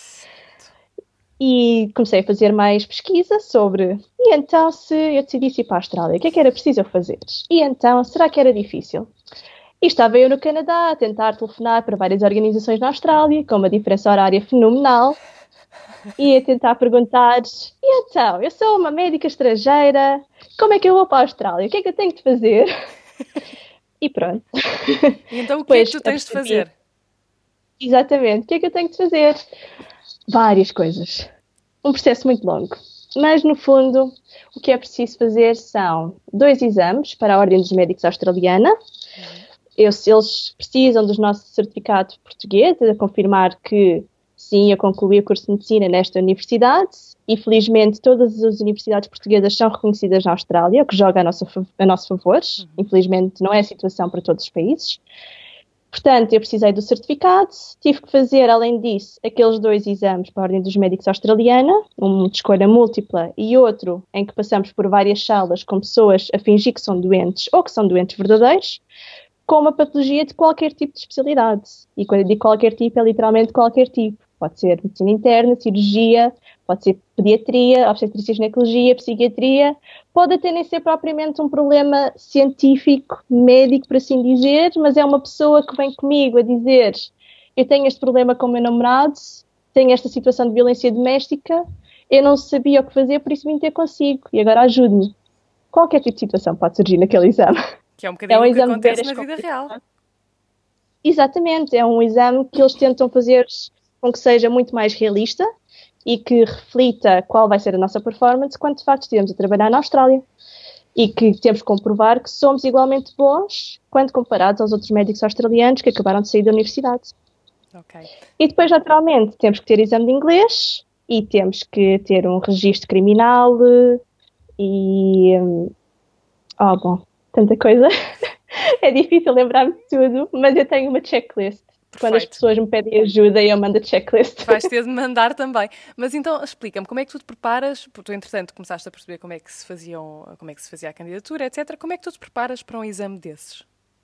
E comecei a fazer mais pesquisa sobre, e então se eu decidisse ir para a Austrália, o que é que era preciso eu fazer? E então, será que era difícil? E estava eu no Canadá a tentar telefonar para várias organizações na Austrália, com uma diferença horária fenomenal, e a tentar perguntar, e então, eu sou uma médica estrangeira, como é que eu vou para a Austrália? O que é que eu tenho de fazer? E pronto. E então o que é que tu tens de fazer? Exatamente, o que é que eu tenho de fazer? Várias coisas. Um processo muito longo. Mas, no fundo, o que é preciso fazer são 2 exames para a Ordem dos Médicos Australiana. Eles precisam do nosso certificado português, a confirmar que, sim, eu concluí o curso de Medicina nesta universidade. E, felizmente, todas as universidades portuguesas são reconhecidas na Austrália, o que joga a nosso favor. Infelizmente, não é a situação para todos os países. Portanto, eu precisei do certificado, tive que fazer, além disso, aqueles 2 exames para a Ordem dos Médicos Australiana, um de escolha múltipla e outro em que passamos por várias salas com pessoas a fingir que são doentes ou que são doentes verdadeiros, com uma patologia de qualquer tipo de especialidade. E quando eu digo qualquer tipo, é literalmente qualquer tipo. Pode ser medicina interna, cirurgia, pode ser pediatria, obstetrícia e ginecologia, psiquiatria, pode até nem ser propriamente um problema científico, médico, por assim dizer, mas é uma pessoa que vem comigo a dizer: eu tenho este problema com o meu namorado, tenho esta situação de violência doméstica, eu não sabia o que fazer, por isso vim ter consigo, e agora ajude-me. Qualquer tipo de situação pode surgir naquele exame. Que é um bocadinho o que acontece na vida real. Exatamente, é um exame que eles tentam fazer com que seja muito mais realista e que reflita qual vai ser a nossa performance quando de facto estivemos a trabalhar na Austrália. E que temos que comprovar que somos igualmente bons quando comparados aos outros médicos australianos que acabaram de sair da universidade. Okay. E depois, naturalmente, temos que ter exame de inglês e temos que ter um registro criminal e... bom, tanta coisa. É difícil lembrar-me de tudo, mas eu tenho uma checklist. Perfeito. Quando as pessoas me pedem ajuda, eu mando a checklist. Vais ter de mandar também. Mas então, explica-me, como é que tu te preparas? Porque tu, entretanto, começaste a perceber como é que se fazia a candidatura, etc. Como é que tu te preparas para um exame desses?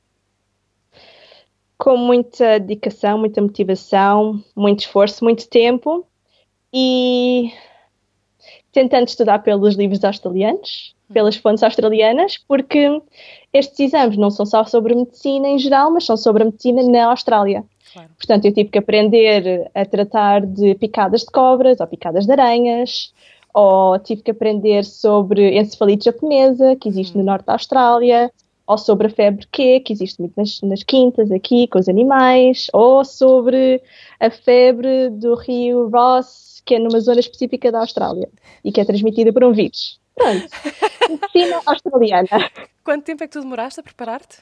Com muita dedicação, muita motivação, muito esforço, muito tempo e tentando estudar pelos livros australianos, pelas fontes australianas, porque estes exames não são só sobre medicina em geral, mas são sobre a medicina na Austrália. Claro. Portanto, eu tive que aprender a tratar de picadas de cobras ou picadas de aranhas, ou tive que aprender sobre encefalite japonesa, que existe no norte da Austrália, ou sobre a febre Q, que existe muito nas quintas aqui, com os animais, ou sobre a febre do rio Ross, que é numa zona específica da Austrália, e que é transmitida por um vírus. Pronto, medicina australiana. Quanto tempo é que tu demoraste a preparar-te?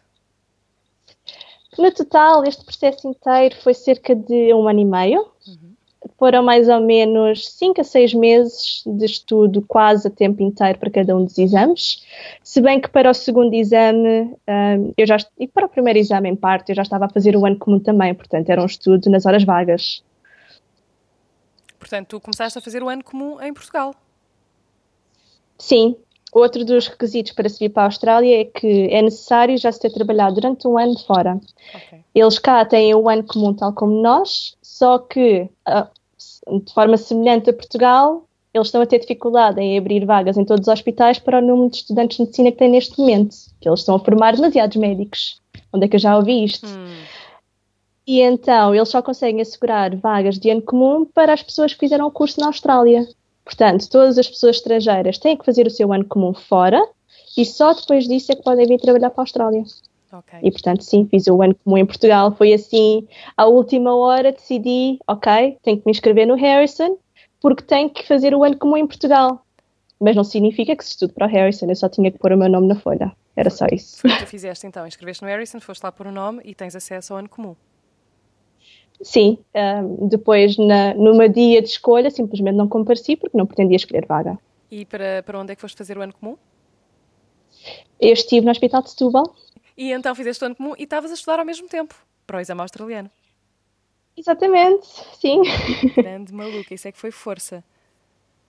No total, este processo inteiro foi cerca de 1 ano e meio. Foram mais ou menos 5 a 6 meses de estudo quase a tempo inteiro para cada um dos exames. Se bem que para o segundo exame, e para o primeiro exame em parte, eu já estava a fazer o ano comum também, portanto era um estudo nas horas vagas. Portanto, tu começaste a fazer o ano comum em Portugal? Sim. Outro dos requisitos para se vir para a Austrália é que é necessário já se ter trabalhado durante um ano de fora. Okay. Eles cá têm o ano comum tal como nós, só que, de forma semelhante a Portugal, eles estão a ter dificuldade em abrir vagas em todos os hospitais para o número de estudantes de medicina que têm neste momento, que eles estão a formar demasiados médicos. Onde é que eu já ouvi isto? E então, eles só conseguem assegurar vagas de ano comum para as pessoas que fizeram o curso na Austrália. Portanto, todas as pessoas estrangeiras têm que fazer o seu ano comum fora e só depois disso é que podem vir trabalhar para a Austrália. Okay. E, portanto, sim, fiz o ano comum em Portugal. Foi assim, à última hora decidi, ok, tenho que me inscrever no Harrison porque tenho que fazer o ano comum em Portugal. Mas não significa que se estude para o Harrison, eu só tinha que pôr o meu nome na folha. Era só isso. Foi o que tu fizeste então, inscreveste no Harrison, foste lá pôr o nome e tens acesso ao ano comum. Sim, depois no meu dia de escolha simplesmente não compareci porque não pretendia escolher vaga. E para onde é que foste fazer o ano comum? Eu estive no Hospital de Setúbal. E então fizeste o ano comum e estavas a estudar ao mesmo tempo para o exame australiano. Exatamente, sim. Grande maluca, isso é que foi força.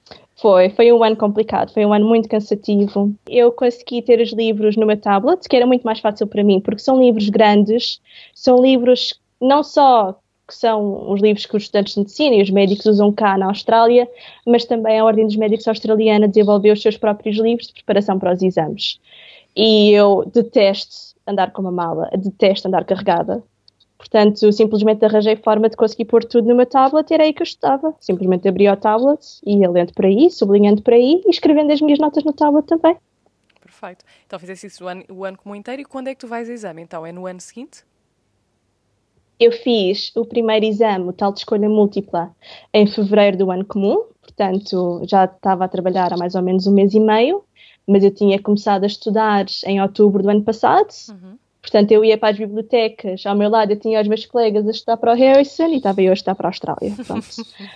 Foi um ano complicado, foi um ano muito cansativo. Eu consegui ter os livros no meu tablet, que era muito mais fácil para mim, porque são livros grandes, são livros não só que são os livros que os estudantes de medicina e os médicos usam cá na Austrália, mas também a Ordem dos Médicos Australiana desenvolveu os seus próprios livros de preparação para os exames. E eu detesto andar com uma mala, detesto andar carregada. Portanto, simplesmente arranjei forma de conseguir pôr tudo no meu tablet e era aí que eu estudava. Simplesmente abria o tablet, ia lendo por aí, sublinhando por aí e escrevendo as minhas notas no tablet também. Perfeito. Então fizeste isso o ano comum inteiro e quando é que tu vais ao exame? Então é no ano seguinte? Eu fiz o primeiro exame, o tal de escolha múltipla, em fevereiro do ano comum. Portanto, já estava a trabalhar há mais ou menos um mês e meio, mas eu tinha começado a estudar em outubro do ano passado. Portanto, eu ia para as bibliotecas, ao meu lado eu tinha os meus colegas a estudar para o Harrison e estava eu a estudar para a Austrália. Pronto.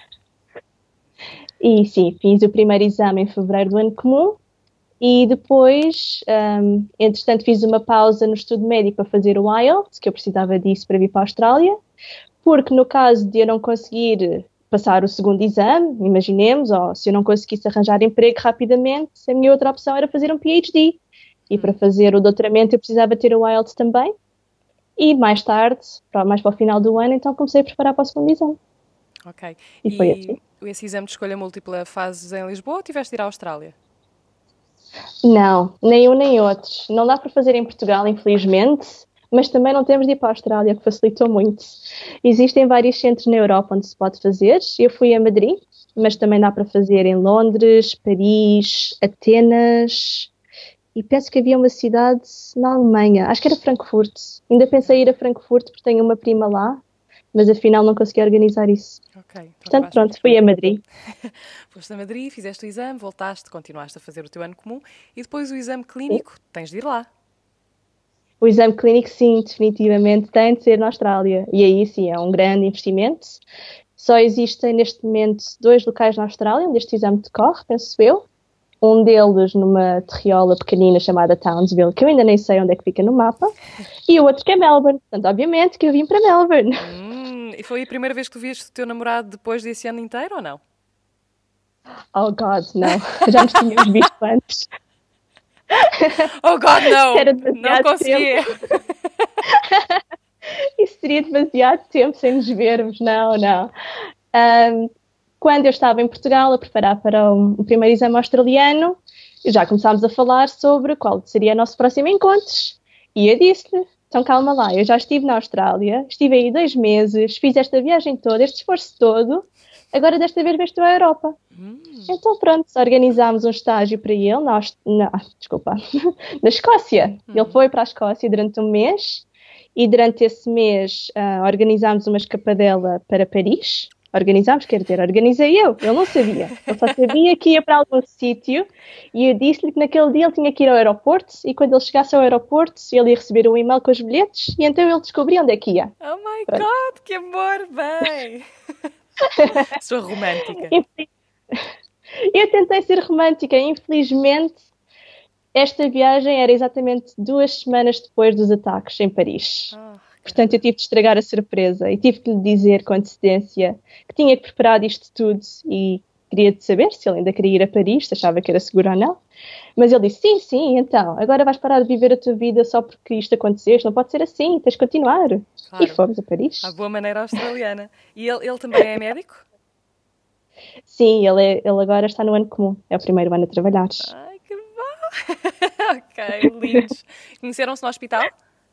E sim, fiz o primeiro exame em fevereiro do ano comum e depois, entretanto, fiz uma pausa no estudo médico para fazer o IELTS, que eu precisava disso para vir para a Austrália, porque no caso de eu não conseguir passar o segundo exame, imaginemos, ou se eu não conseguisse arranjar emprego rapidamente, a minha outra opção era fazer um PhD. E para fazer o doutoramento eu precisava ter o IELTS também. E mais tarde, mais para o final do ano, então comecei a preparar para o segundo exame. Ok. E foi assim. Esse exame de escolha múltipla fazes em Lisboa ou tiveste de ir à Austrália? Não, nem um nem outro. Não dá para fazer em Portugal, infelizmente, mas também não temos de ir para a Austrália, que facilitou muito. Existem vários centros na Europa onde se pode fazer. Eu fui a Madrid, mas também dá para fazer em Londres, Paris, Atenas... E penso que havia uma cidade na Alemanha, acho que era Frankfurt. Ainda pensei em ir a Frankfurt porque tenho uma prima lá, mas afinal não consegui organizar isso. Okay, portanto, pronto, fui a Madrid. Foste a Madrid, fizeste o exame, voltaste, continuaste a fazer o teu ano comum e depois o exame clínico, tens de ir lá. O exame clínico, sim, definitivamente tem de ser na Austrália. E aí, sim, é um grande investimento. Só existem neste momento 2 locais na Austrália onde este exame decorre, penso eu. Um deles numa terriola pequenina chamada Townsville, que eu ainda nem sei onde é que fica no mapa, e o outro que é Melbourne. Portanto, obviamente que eu vim para Melbourne. E foi a primeira vez que tu viste o teu namorado depois desse ano inteiro ou não? Oh God, não. Já nos tínhamos visto antes. Oh God, não! Não conseguia! Isso seria demasiado tempo sem nos vermos, não. Quando eu estava em Portugal a preparar para o primeiro exame australiano, já começámos a falar sobre qual seria o nosso próximo encontro. E eu disse-lhe, então calma lá, eu já estive na Austrália, estive aí 2 meses, fiz esta viagem toda, este esforço todo, agora desta vez estou à Europa. Então pronto, organizámos um estágio para ele na Escócia. Ele foi para a Escócia durante um mês e durante esse mês organizámos uma escapadela para Paris. Organizei eu, ele não sabia. Ele só sabia que ia para algum sítio e eu disse-lhe que naquele dia ele tinha que ir ao aeroporto e quando ele chegasse ao aeroporto ele ia receber um e-mail com os bilhetes e então ele descobria onde é que ia. Oh my God, que amor, bem! Sou romântica. Eu tentei ser romântica, infelizmente esta viagem era exatamente 2 semanas depois dos ataques em Paris. Portanto, eu tive de estragar a surpresa e tive de lhe dizer com antecedência que tinha que preparar isto tudo e queria de saber se ele ainda queria ir a Paris, se achava que era seguro ou não. Mas ele disse, sim, então, agora vais parar de viver a tua vida só porque isto aconteceu, isto não pode ser assim, tens de continuar. Claro. E fomos a Paris. À boa maneira australiana. E ele também é médico? Sim, ele agora está no ano comum, é o primeiro ano a trabalhar. Ai, que bom! Ok, lindos. Conheceram-se no hospital?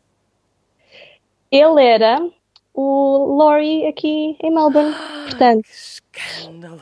Ele era o Laurie aqui em Melbourne, portanto... Que escândalo!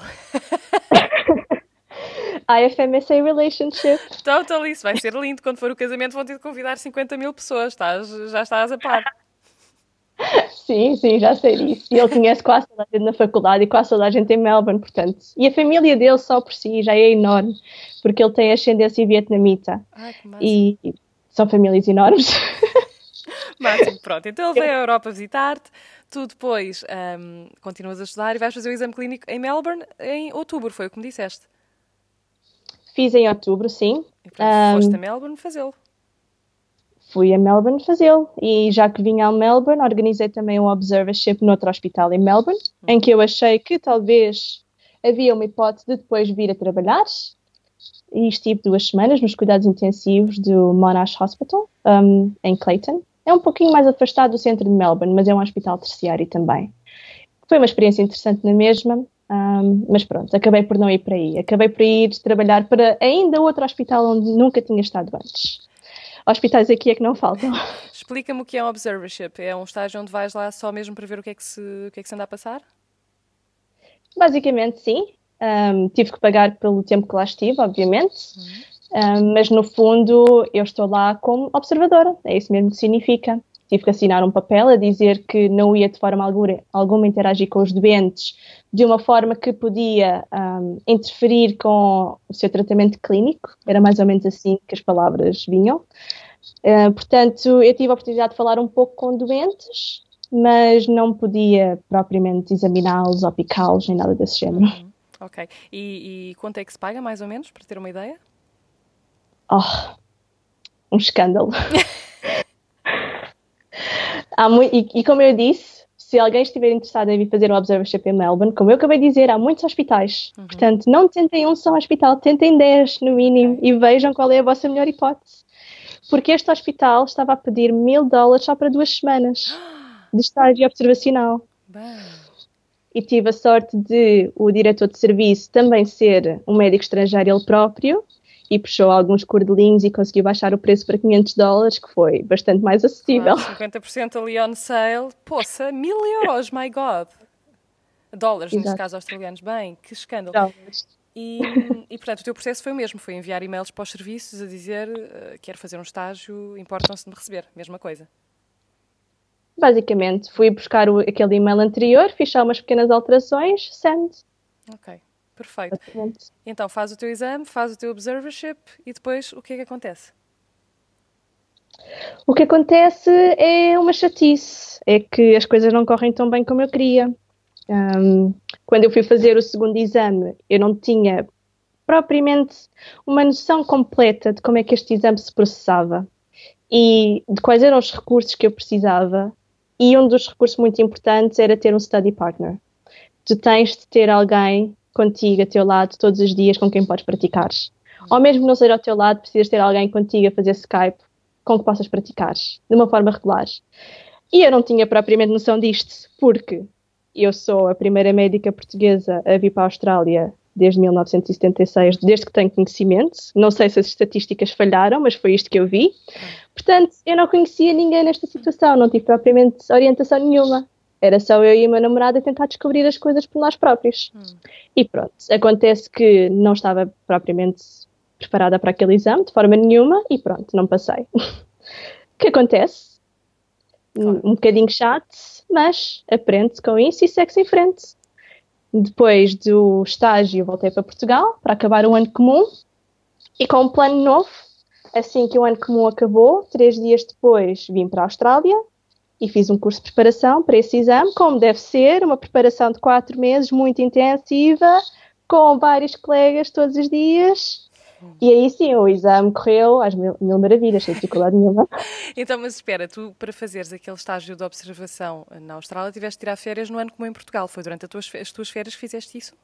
IFMSA Relationship. Totally, isso vai ser lindo. Quando for o casamento vão ter de convidar 50 mil pessoas, já estás a par. Sim, já sei disso. E ele conhece quase toda a gente na faculdade e quase toda a gente em Melbourne, portanto. E a família dele só por si já é enorme, porque ele tem ascendência vietnamita. Ai, que massa. E são famílias enormes. Máximo, pronto. Então ele veio à Europa visitar-te, tu depois continuas a estudar e vais fazer o exame clínico em Melbourne em outubro, foi o que me disseste. Fiz em outubro, sim. E portanto, foste a Melbourne fazê-lo. Fui a Melbourne fazê-lo e já que vim ao Melbourne, organizei também um observership noutro hospital em Melbourne, em que eu achei que talvez havia uma hipótese de depois vir a trabalhar. E estive 2 semanas nos cuidados intensivos do Monash Hospital, em Clayton. É um pouquinho mais afastado do centro de Melbourne, mas é um hospital terciário também. Foi uma experiência interessante na mesma, mas pronto, acabei por não ir para aí. Acabei por ir trabalhar para ainda outro hospital onde nunca tinha estado antes. Hospitais aqui é que não faltam. Explica-me o que é um observership. É um estágio onde vais lá só mesmo para ver o que é que se anda a passar? Basicamente, sim. Tive que pagar pelo tempo que lá estive, obviamente. Mas no fundo eu estou lá como observadora, é isso mesmo que significa. Tive que assinar um papel a dizer que não ia de forma alguma interagir com os doentes de uma forma que podia interferir com o seu tratamento clínico, era mais ou menos assim que as palavras vinham. Portanto, eu tive a oportunidade de falar um pouco com doentes, mas não podia propriamente examiná-los ou picá-los, nem nada desse género. Ok. E quanto é que se paga, mais ou menos, para ter uma ideia? Um escândalo. E como eu disse, se alguém estiver interessado em vir fazer um observership em Melbourne, como eu acabei de dizer, há muitos hospitais. Portanto, não tentem um só hospital, tentem 10 no mínimo e vejam qual é a vossa melhor hipótese. Porque este hospital estava a pedir $1.000 só para 2 semanas de estágio observacional. Bem. E tive a sorte de o diretor de serviço também ser um médico estrangeiro ele próprio e puxou alguns cordelinhos e conseguiu baixar o preço para $500, que foi bastante mais acessível. Claro, 50% ali on sale. Poça, €1.000, my God. Dólares, neste caso australianos. Bem, que escândalo. Dólares. E, portanto, o teu processo foi o mesmo. Foi enviar e-mails para os serviços a dizer quero fazer um estágio, importam-se de me receber. Mesma coisa. Basicamente, fui buscar aquele e-mail anterior, fiz só umas pequenas alterações, send. Ok, perfeito. Então, faz o teu exame, faz o teu observership e depois o que é que acontece? O que acontece é uma chatice, é que as coisas não correm tão bem como eu queria. Quando eu fui fazer o segundo exame, eu não tinha propriamente uma noção completa de como é que este exame se processava e de quais eram os recursos que eu precisava. E um dos recursos muito importantes era ter um study partner. Tu tens de ter alguém contigo a teu lado todos os dias com quem podes praticar. Ou mesmo não ser ao teu lado, precisas ter alguém contigo a fazer Skype com que possas praticar de uma forma regular. E eu não tinha propriamente noção disto, porque eu sou a primeira médica portuguesa a vir para a Austrália desde 1976, desde que tenho conhecimento. Não sei se as estatísticas falharam, mas foi isto que eu vi. Portanto, eu não conhecia ninguém nesta situação, não tive propriamente orientação nenhuma. Era só eu e o meu namorado a tentar descobrir as coisas por nós próprios. E pronto, acontece que não estava propriamente preparada para aquele exame, de forma nenhuma, e pronto, não passei. O que acontece? Claro. Um bocadinho chato, mas aprende-se com isso e segue-se em frente. Depois do estágio, voltei para Portugal para acabar o ano comum e com um plano novo. Assim que o ano comum acabou, 3 dias depois vim para a Austrália e fiz um curso de preparação para esse exame, como deve ser, uma preparação de 4 meses, muito intensiva, com vários colegas todos os dias. E aí sim, o exame correu às mil maravilhas, sem dificuldade nenhuma. Então, mas espera, tu para fazeres aquele estágio de observação na Austrália tiveste de tirar férias no ano comum em Portugal. Foi durante as tuas férias que fizeste isso?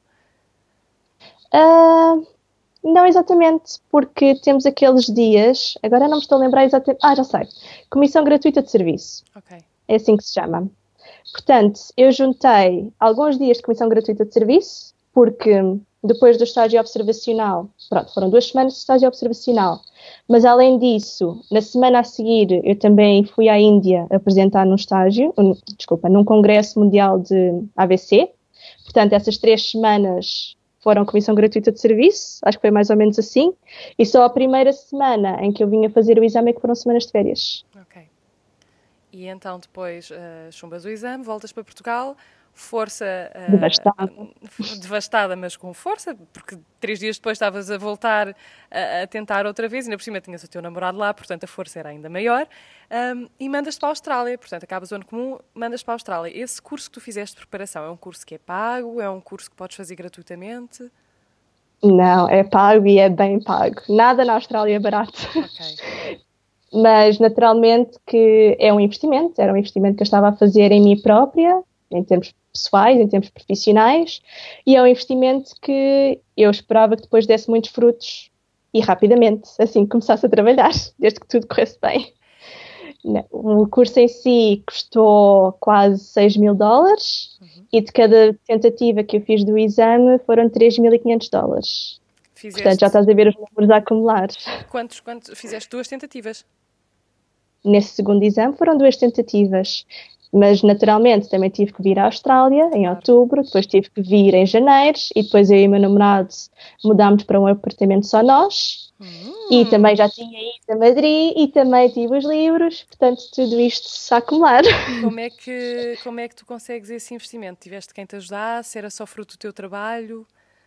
Não exatamente, porque temos aqueles dias, agora não me estou a lembrar exatamente, já sei, Comissão Gratuita de Serviço. Ok. É assim que se chama. Portanto, eu juntei alguns dias de Comissão Gratuita de Serviço, porque depois do estágio observacional, pronto, foram 2 semanas de estágio observacional, mas além disso, na semana a seguir, eu também fui à Índia apresentar num Congresso Mundial de AVC. Portanto, essas 3 semanas foram Comissão Gratuita de Serviço, acho que foi mais ou menos assim, e só a primeira semana em que eu vinha fazer o exame é que foram semanas de férias. Ok. E então depois chumbas o exame, voltas para Portugal, força... devastada, mas com força, porque 3 dias depois estavas a voltar a tentar outra vez, e ainda por cima tinhas o teu namorado lá, portanto a força era ainda maior, e mandas-te para a Austrália, portanto acabas o ano comum, mandas para a Austrália. Esse curso que tu fizeste de preparação é um curso que é pago, é um curso que podes fazer gratuitamente? Não, é pago e é bem pago. Nada na Austrália é barato. Ok. Mas naturalmente que é um investimento, era um investimento que eu estava a fazer em mim própria, em termos pessoais, em termos profissionais, e é um investimento que eu esperava que depois desse muitos frutos e rapidamente, assim que começasse a trabalhar, desde que tudo corresse bem. O curso em si custou quase $6.000 e de cada tentativa que eu fiz do exame foram $3.500. Portanto, já estás a ver os números a acumular. Quantos fizeste 2 tentativas? Nesse segundo exame foram 2 tentativas, mas naturalmente também tive que vir à Austrália em outubro, depois tive que vir em janeiro e depois eu e o meu namorado mudámos para um apartamento só nós. E também já tinha ido a Madrid e também tive os livros, portanto tudo isto se acumular. Como é que tu consegues esse investimento? Tiveste quem te ajudasse? Era só fruto do teu trabalho?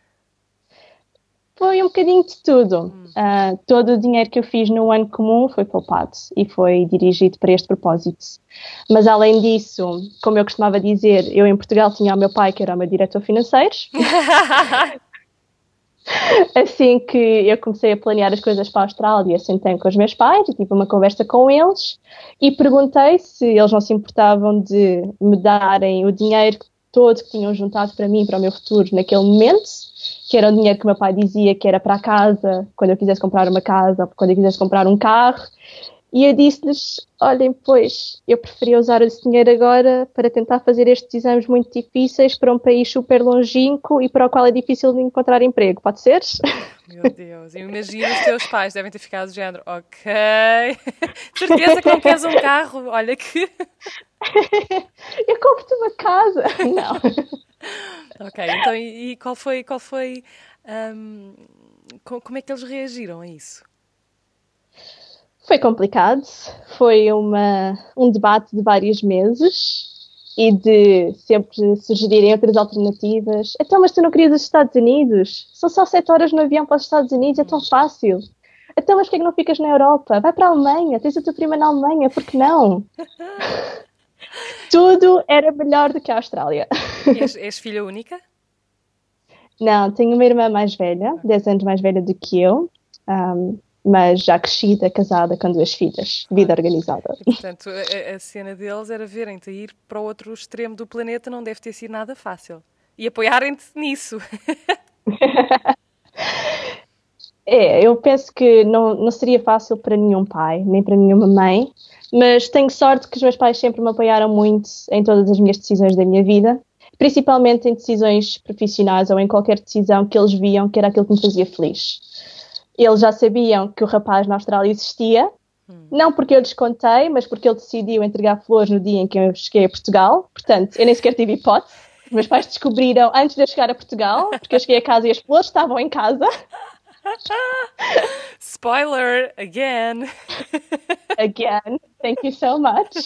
Foi um bocadinho de tudo. Todo o dinheiro que eu fiz no ano comum foi poupado e foi dirigido para este propósito. Mas além disso, como eu costumava dizer, eu em Portugal tinha o meu pai que era o meu diretor financeiro. Assim que eu comecei a planear as coisas para a Austrália, sentei com os meus pais e tive uma conversa com eles e perguntei se eles não se importavam de me darem o dinheiro todo que tinham juntado para mim, para o meu futuro naquele momento, que era o dinheiro que o meu pai dizia que era para a casa, quando eu quisesse comprar uma casa ou quando eu quisesse comprar um carro. E eu disse-lhes, olhem, pois, eu preferia usar esse dinheiro agora para tentar fazer estes exames muito difíceis para um país super longínquo e para o qual é difícil de encontrar emprego. Pode ser? Meu Deus, eu imagino os teus pais devem ter ficado do género, ok, certeza que não queres um carro, olha que... Eu compro-te uma casa. Não. Ok, então e qual foi como é que eles reagiram a isso? Foi complicado, foi um debate de vários meses e de sempre sugerirem outras alternativas. Então, mas tu não querias os Estados Unidos? São só 7 horas no avião para os Estados Unidos, é tão fácil. Então, mas porquê que não ficas na Europa? Vai para a Alemanha, tens a tua prima na Alemanha, por que não? Tudo era melhor do que a Austrália. És filha única? Não, tenho uma irmã mais velha, 10 anos mais velha do que eu. Mas já crescida, casada, com 2 filhas, vida organizada. E, portanto, a cena deles era verem-te a ir para o outro extremo do planeta, não deve ter sido nada fácil. E apoiarem-te nisso. Eu penso que não seria fácil para nenhum pai, nem para nenhuma mãe, mas tenho sorte que os meus pais sempre me apoiaram muito em todas as minhas decisões da minha vida, principalmente em decisões profissionais ou em qualquer decisão que eles viam que era aquilo que me fazia feliz. Eles já sabiam que o rapaz na Austrália existia, não porque eu lhes contei, mas porque ele decidiu entregar flores no dia em que eu cheguei a Portugal. Portanto, eu nem sequer tive hipótese. Os meus pais descobriram antes de eu chegar a Portugal, porque eu cheguei a casa e as flores estavam em casa. Spoiler, again. Again, thank you so much.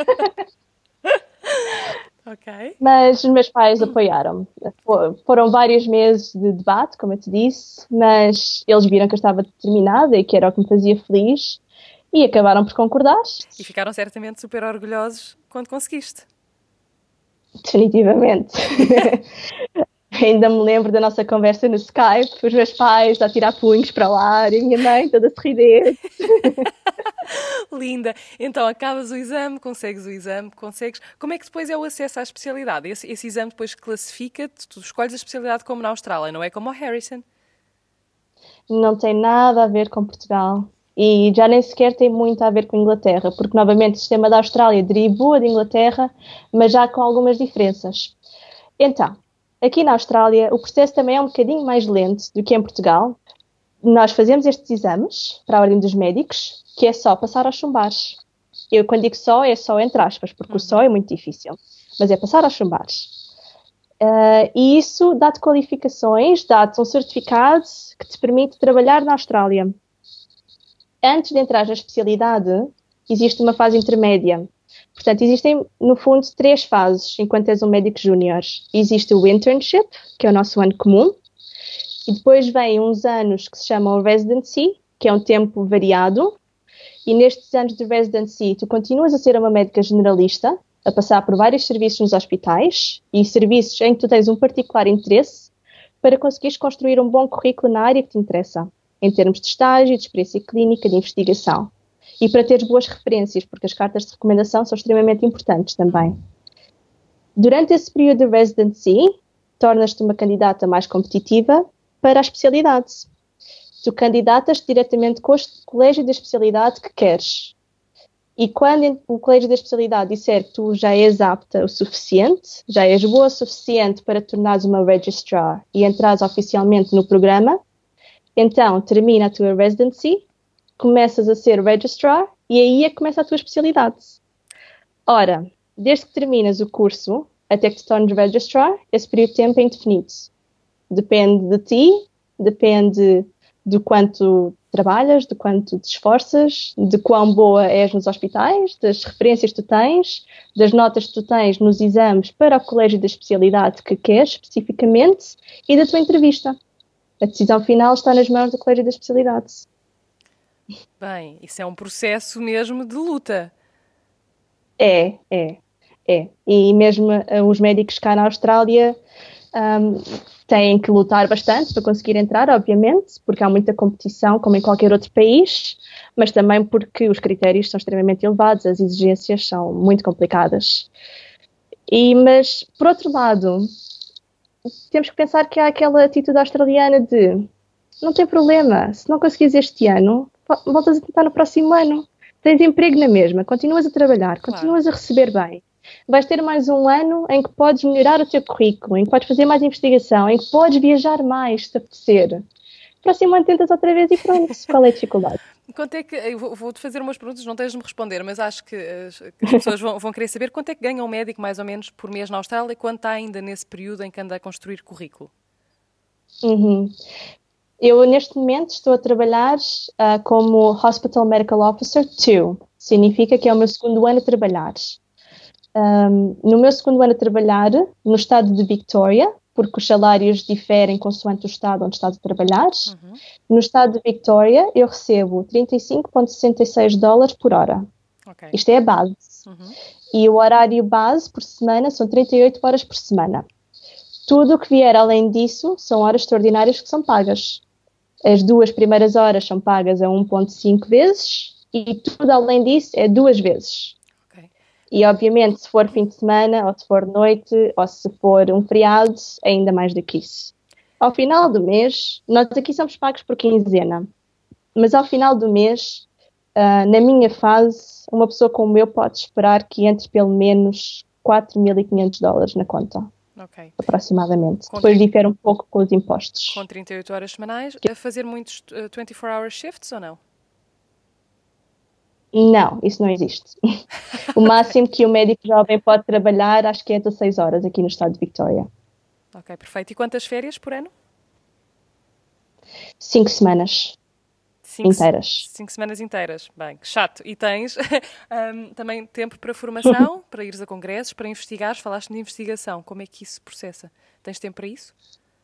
Ok. Mas os meus pais apoiaram-me. Foram vários meses de debate, como eu te disse, mas eles viram que eu estava determinada e que era o que me fazia feliz e acabaram por concordar. E ficaram certamente super orgulhosos quando conseguiste. Definitivamente. Ainda me lembro da nossa conversa no Skype, os meus pais a tirar punhos para lá e a minha mãe toda sorridente. Linda. Então, acabas o exame, consegues. Como é que depois é o acesso à especialidade? Esse exame depois classifica-te, tu escolhes a especialidade como na Austrália, não é como o Harrison? Não tem nada a ver com Portugal. E já nem sequer tem muito a ver com a Inglaterra, porque novamente o sistema da Austrália derivou da Inglaterra, mas já com algumas diferenças. Então, aqui na Austrália o processo também é um bocadinho mais lento do que em Portugal. Nós fazemos estes exames para a Ordem dos Médicos, que é só passar aos chumbares. Eu, quando digo só, é só entre aspas, porque o só é muito difícil. Mas é passar aos chumbares. E isso dá-te qualificações, dá-te um certificado que te permite trabalhar na Austrália. Antes de entrar na especialidade, existe uma fase intermédia. Portanto, existem, no fundo, 3 fases, enquanto és um médico júnior. Existe o internship, que é o nosso ano comum, e depois vem uns anos que se chamam residency, que é um tempo variado, e nestes anos de residency tu continuas a ser uma médica generalista, a passar por vários serviços nos hospitais, e serviços em que tu tens um particular interesse, para conseguires construir um bom currículo na área que te interessa, em termos de estágio, de experiência clínica, de investigação. E para teres boas referências, porque as cartas de recomendação são extremamente importantes também. Durante esse período de residency, tornas-te uma candidata mais competitiva para a especialidade. Tu candidatas diretamente com o colégio da especialidade que queres. E quando o colégio da especialidade disser que tu já és apta o suficiente, já és boa o suficiente para te tornares uma registrar e entrares oficialmente no programa, então termina a tua residency, começas a ser registrar e aí é que começa a tua especialidade. Ora, desde que terminas o curso até que te tornes registrar, esse período de tempo é indefinido. Depende de ti, depende do quanto trabalhas, de quanto te esforças, de quão boa és nos hospitais, das referências que tu tens, das notas que tu tens nos exames para o colégio da especialidade que queres especificamente e da tua entrevista. A decisão final está nas mãos do colégio da especialidade. Bem, isso é um processo mesmo de luta. É. E mesmo os médicos cá na Austrália têm que lutar bastante para conseguir entrar, obviamente, porque há muita competição, como em qualquer outro país, mas também porque os critérios são extremamente elevados, as exigências são muito complicadas. Mas, por outro lado, temos que pensar que há aquela atitude australiana de não tem problema, se não conseguires este ano, voltas a tentar no próximo ano. Tens emprego na mesma, continuas a trabalhar, continuas a receber bem. Vais ter mais um ano em que podes melhorar o teu currículo, em que podes fazer mais investigação, em que podes viajar mais, se te apetecer. Próximo ano tentas outra vez e pronto. Qual é a dificuldade? Quanto é que, eu vou-te fazer umas perguntas, não tens de me responder, mas acho que as pessoas vão querer saber quanto é que ganha um médico mais ou menos por mês na Austrália e quanto está ainda nesse período em que anda a construir currículo. Eu, neste momento, estou a trabalhar como Hospital Medical Officer 2. Significa que é o meu segundo ano a trabalhar. No meu segundo ano a trabalhar, no estado de Victoria, porque os salários diferem consoante o estado onde estás a trabalhar, no estado de Victoria eu recebo 35,66 dólares por hora. Okay. Isto é a base. E o horário base por semana são 38 horas por semana. Tudo o que vier além disso são horas extraordinárias que são pagas. As 2 primeiras horas são pagas a 1,5 vezes e tudo além disso é 2 vezes. Okay. E obviamente se for fim de semana, ou se for noite, ou se for um feriado, ainda mais do que isso. Ao final do mês, nós aqui somos pagos por quinzena, mas ao final do mês, na minha fase, uma pessoa como eu pode esperar que entre pelo menos 4.500 dólares na conta. Okay. Aproximadamente. Depois difere um pouco com os impostos. Com 38 horas semanais, a fazer muitos 24-hour shifts ou não? Não, isso não existe. O máximo que o médico jovem pode trabalhar, acho que é 16 horas aqui no estado de Victoria. Ok, perfeito. E quantas férias por ano? 5 semanas inteiras. 5 semanas inteiras. Bem, que chato. E tens também tempo para formação, para ires a congressos, para investigares? Falaste de investigação. Como é que isso se processa? Tens tempo para isso?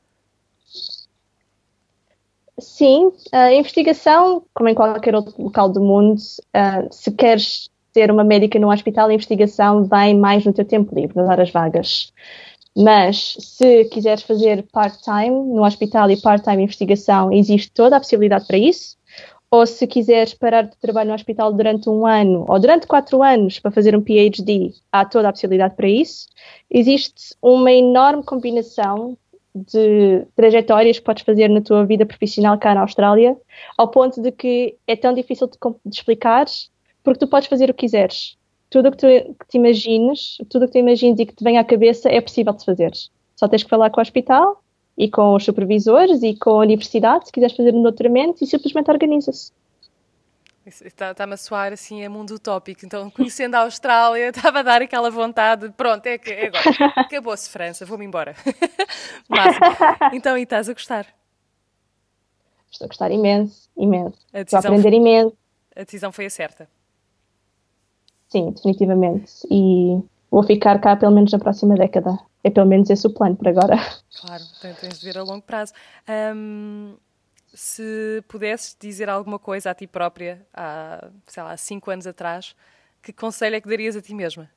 Sim, a investigação, como em qualquer outro local do mundo, se queres ser uma médica num hospital, a investigação vem mais no teu tempo livre, nas horas vagas. Mas se quiseres fazer part-time no hospital e part-time investigação, existe toda a possibilidade para isso. Ou se quiseres parar de trabalho no hospital durante 1 ano ou durante 4 anos para fazer um PhD, há toda a possibilidade para isso. Existe uma enorme combinação de trajetórias que podes fazer na tua vida profissional cá na Austrália, ao ponto de que é tão difícil de explicar, porque tu podes fazer o que quiseres. Tudo o que tu imagines, e que te venha à cabeça é possível de fazer. Só tens que falar com o hospital e com os supervisores e com a universidade, se quiseres fazer um doutoramento, e simplesmente organiza-se. Está-me a soar assim a mundo utópico. Então, conhecendo a Austrália, estava a dar aquela vontade. Pronto, é agora. Acabou-se França, vou-me embora. Máximo. Então, e estás a gostar? Estou a gostar imenso. Estou a aprender imenso. A decisão foi a certa? Sim, definitivamente. E vou ficar cá pelo menos na próxima década. É pelo menos esse o plano por agora. Claro, tens de ver a longo prazo. Se pudesses dizer alguma coisa a ti própria, há 5 anos atrás, que conselho é que darias a ti mesma?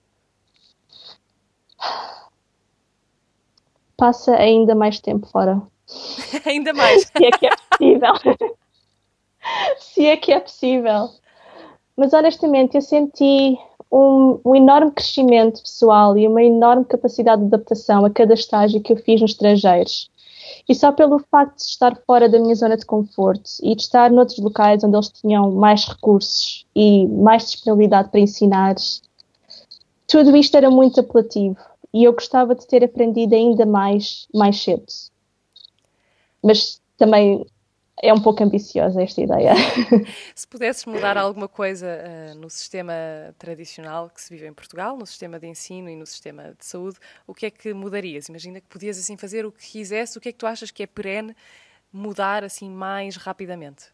Passa ainda mais tempo fora. Ainda mais? Se é que é possível. Se é que é possível. Mas honestamente, eu senti um enorme crescimento pessoal e uma enorme capacidade de adaptação a cada estágio que eu fiz nos estrangeiros. E só pelo facto de estar fora da minha zona de conforto e de estar noutros locais onde eles tinham mais recursos e mais disponibilidade para ensinar, tudo isto era muito apelativo e eu gostava de ter aprendido ainda mais cedo. Mas também é um pouco ambiciosa esta ideia. Se pudesses mudar alguma coisa no sistema tradicional que se vive em Portugal, no sistema de ensino e no sistema de saúde, o que é que mudarias? Imagina que podias assim fazer o que quisesse, o que é que tu achas que é perene mudar assim mais rapidamente?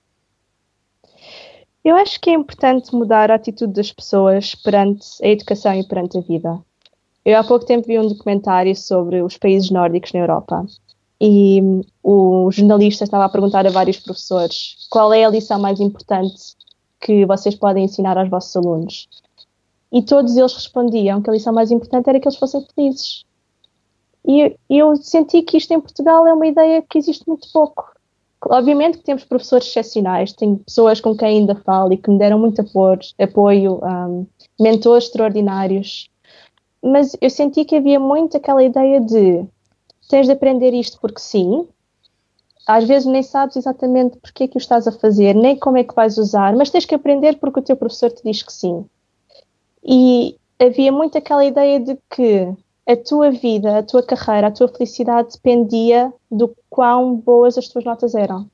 Eu acho que é importante mudar a atitude das pessoas perante a educação e perante a vida. Eu há pouco tempo vi um documentário sobre os países nórdicos na Europa. E o jornalista estava a perguntar a vários professores qual é a lição mais importante que vocês podem ensinar aos vossos alunos. E todos eles respondiam que a lição mais importante era que eles fossem felizes. E eu senti que isto em Portugal é uma ideia que existe muito pouco. Obviamente que temos professores excepcionais, tenho pessoas com quem ainda falo e que me deram muito apoio, mentores extraordinários. Mas eu senti que havia muito aquela ideia de tens de aprender isto porque sim, às vezes nem sabes exatamente porque é que o estás a fazer, nem como é que vais usar, mas tens que aprender porque o teu professor te diz que sim. E havia muito aquela ideia de que a tua vida, a tua carreira, a tua felicidade dependia do quão boas as tuas notas eram.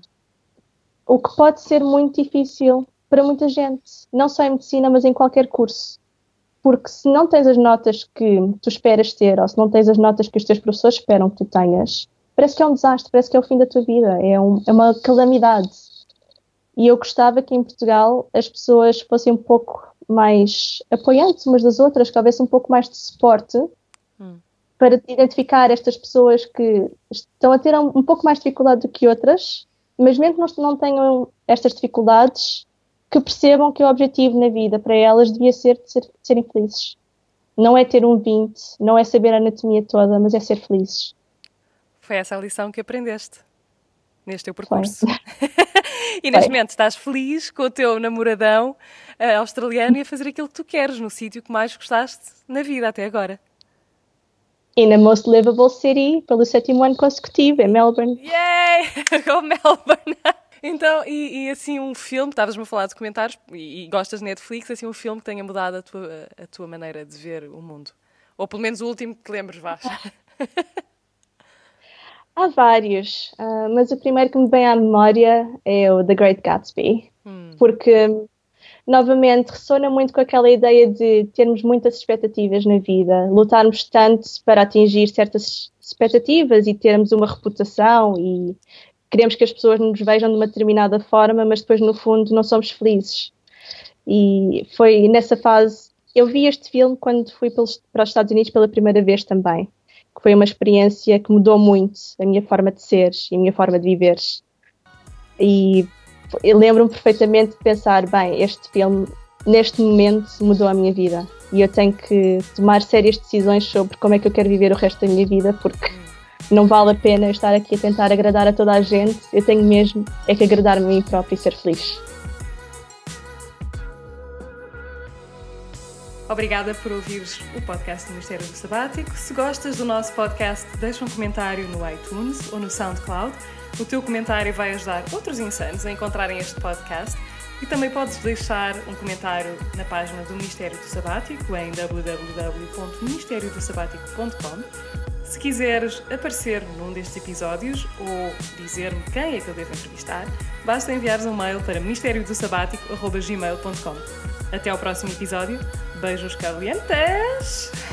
O que pode ser muito difícil para muita gente, não só em medicina, mas em qualquer curso. Porque se não tens as notas que tu esperas ter, ou se não tens as notas que os teus professores esperam que tu tenhas, parece que é um desastre, parece que é o fim da tua vida, é uma calamidade. E eu gostava que em Portugal as pessoas fossem um pouco mais apoiantes umas das outras, que houvesse um pouco mais de suporte para identificar estas pessoas que estão a ter um pouco mais dificuldade do que outras, mas mesmo que não tenham estas dificuldades, que percebam que o objetivo na vida para elas devia ser de serem felizes. Não é ter um 20, não é saber a anatomia toda, mas é ser felizes. Foi essa a lição que aprendeste neste teu percurso. E neste momento estás feliz com o teu namoradão australiano e a fazer aquilo que tu queres no sítio que mais gostaste na vida até agora. E na Most Livable City, pelo 7º ano consecutivo, em Melbourne. Yay! Com Melbourne! Então, e assim um filme, estavas-me a falar de documentários e gostas de Netflix, assim um filme que tenha mudado a tua maneira de ver o mundo? Ou pelo menos o último que te lembres, vá. Há vários, mas o primeiro que me vem à memória é o The Great Gatsby. Porque, novamente, ressona muito com aquela ideia de termos muitas expectativas na vida, lutarmos tanto para atingir certas expectativas e termos uma reputação e queremos que as pessoas nos vejam de uma determinada forma, mas depois, no fundo, não somos felizes. E foi nessa fase... Eu vi este filme quando fui para os Estados Unidos pela primeira vez também, que foi uma experiência que mudou muito a minha forma de ser e a minha forma de viver. E eu lembro-me perfeitamente de pensar, bem, este filme, neste momento, mudou a minha vida. E eu tenho que tomar sérias decisões sobre como é que eu quero viver o resto da minha vida, porque não vale a pena eu estar aqui a tentar agradar a toda a gente. Eu tenho mesmo que agradar-me a mim próprio e ser feliz. Obrigada por ouvires o podcast do Ministério do Sabático. Se gostas do nosso podcast, deixa um comentário no iTunes ou no SoundCloud. O teu comentário vai ajudar outros insanos a encontrarem este podcast. E também podes deixar um comentário na página do Ministério do Sabático em www.ministeriodosabático.com. Se quiseres aparecer num destes episódios ou dizer-me quem é que eu devo entrevistar, basta enviares um mail para ministeriodosabático@gmail.com. Até ao próximo episódio. Beijos calientes!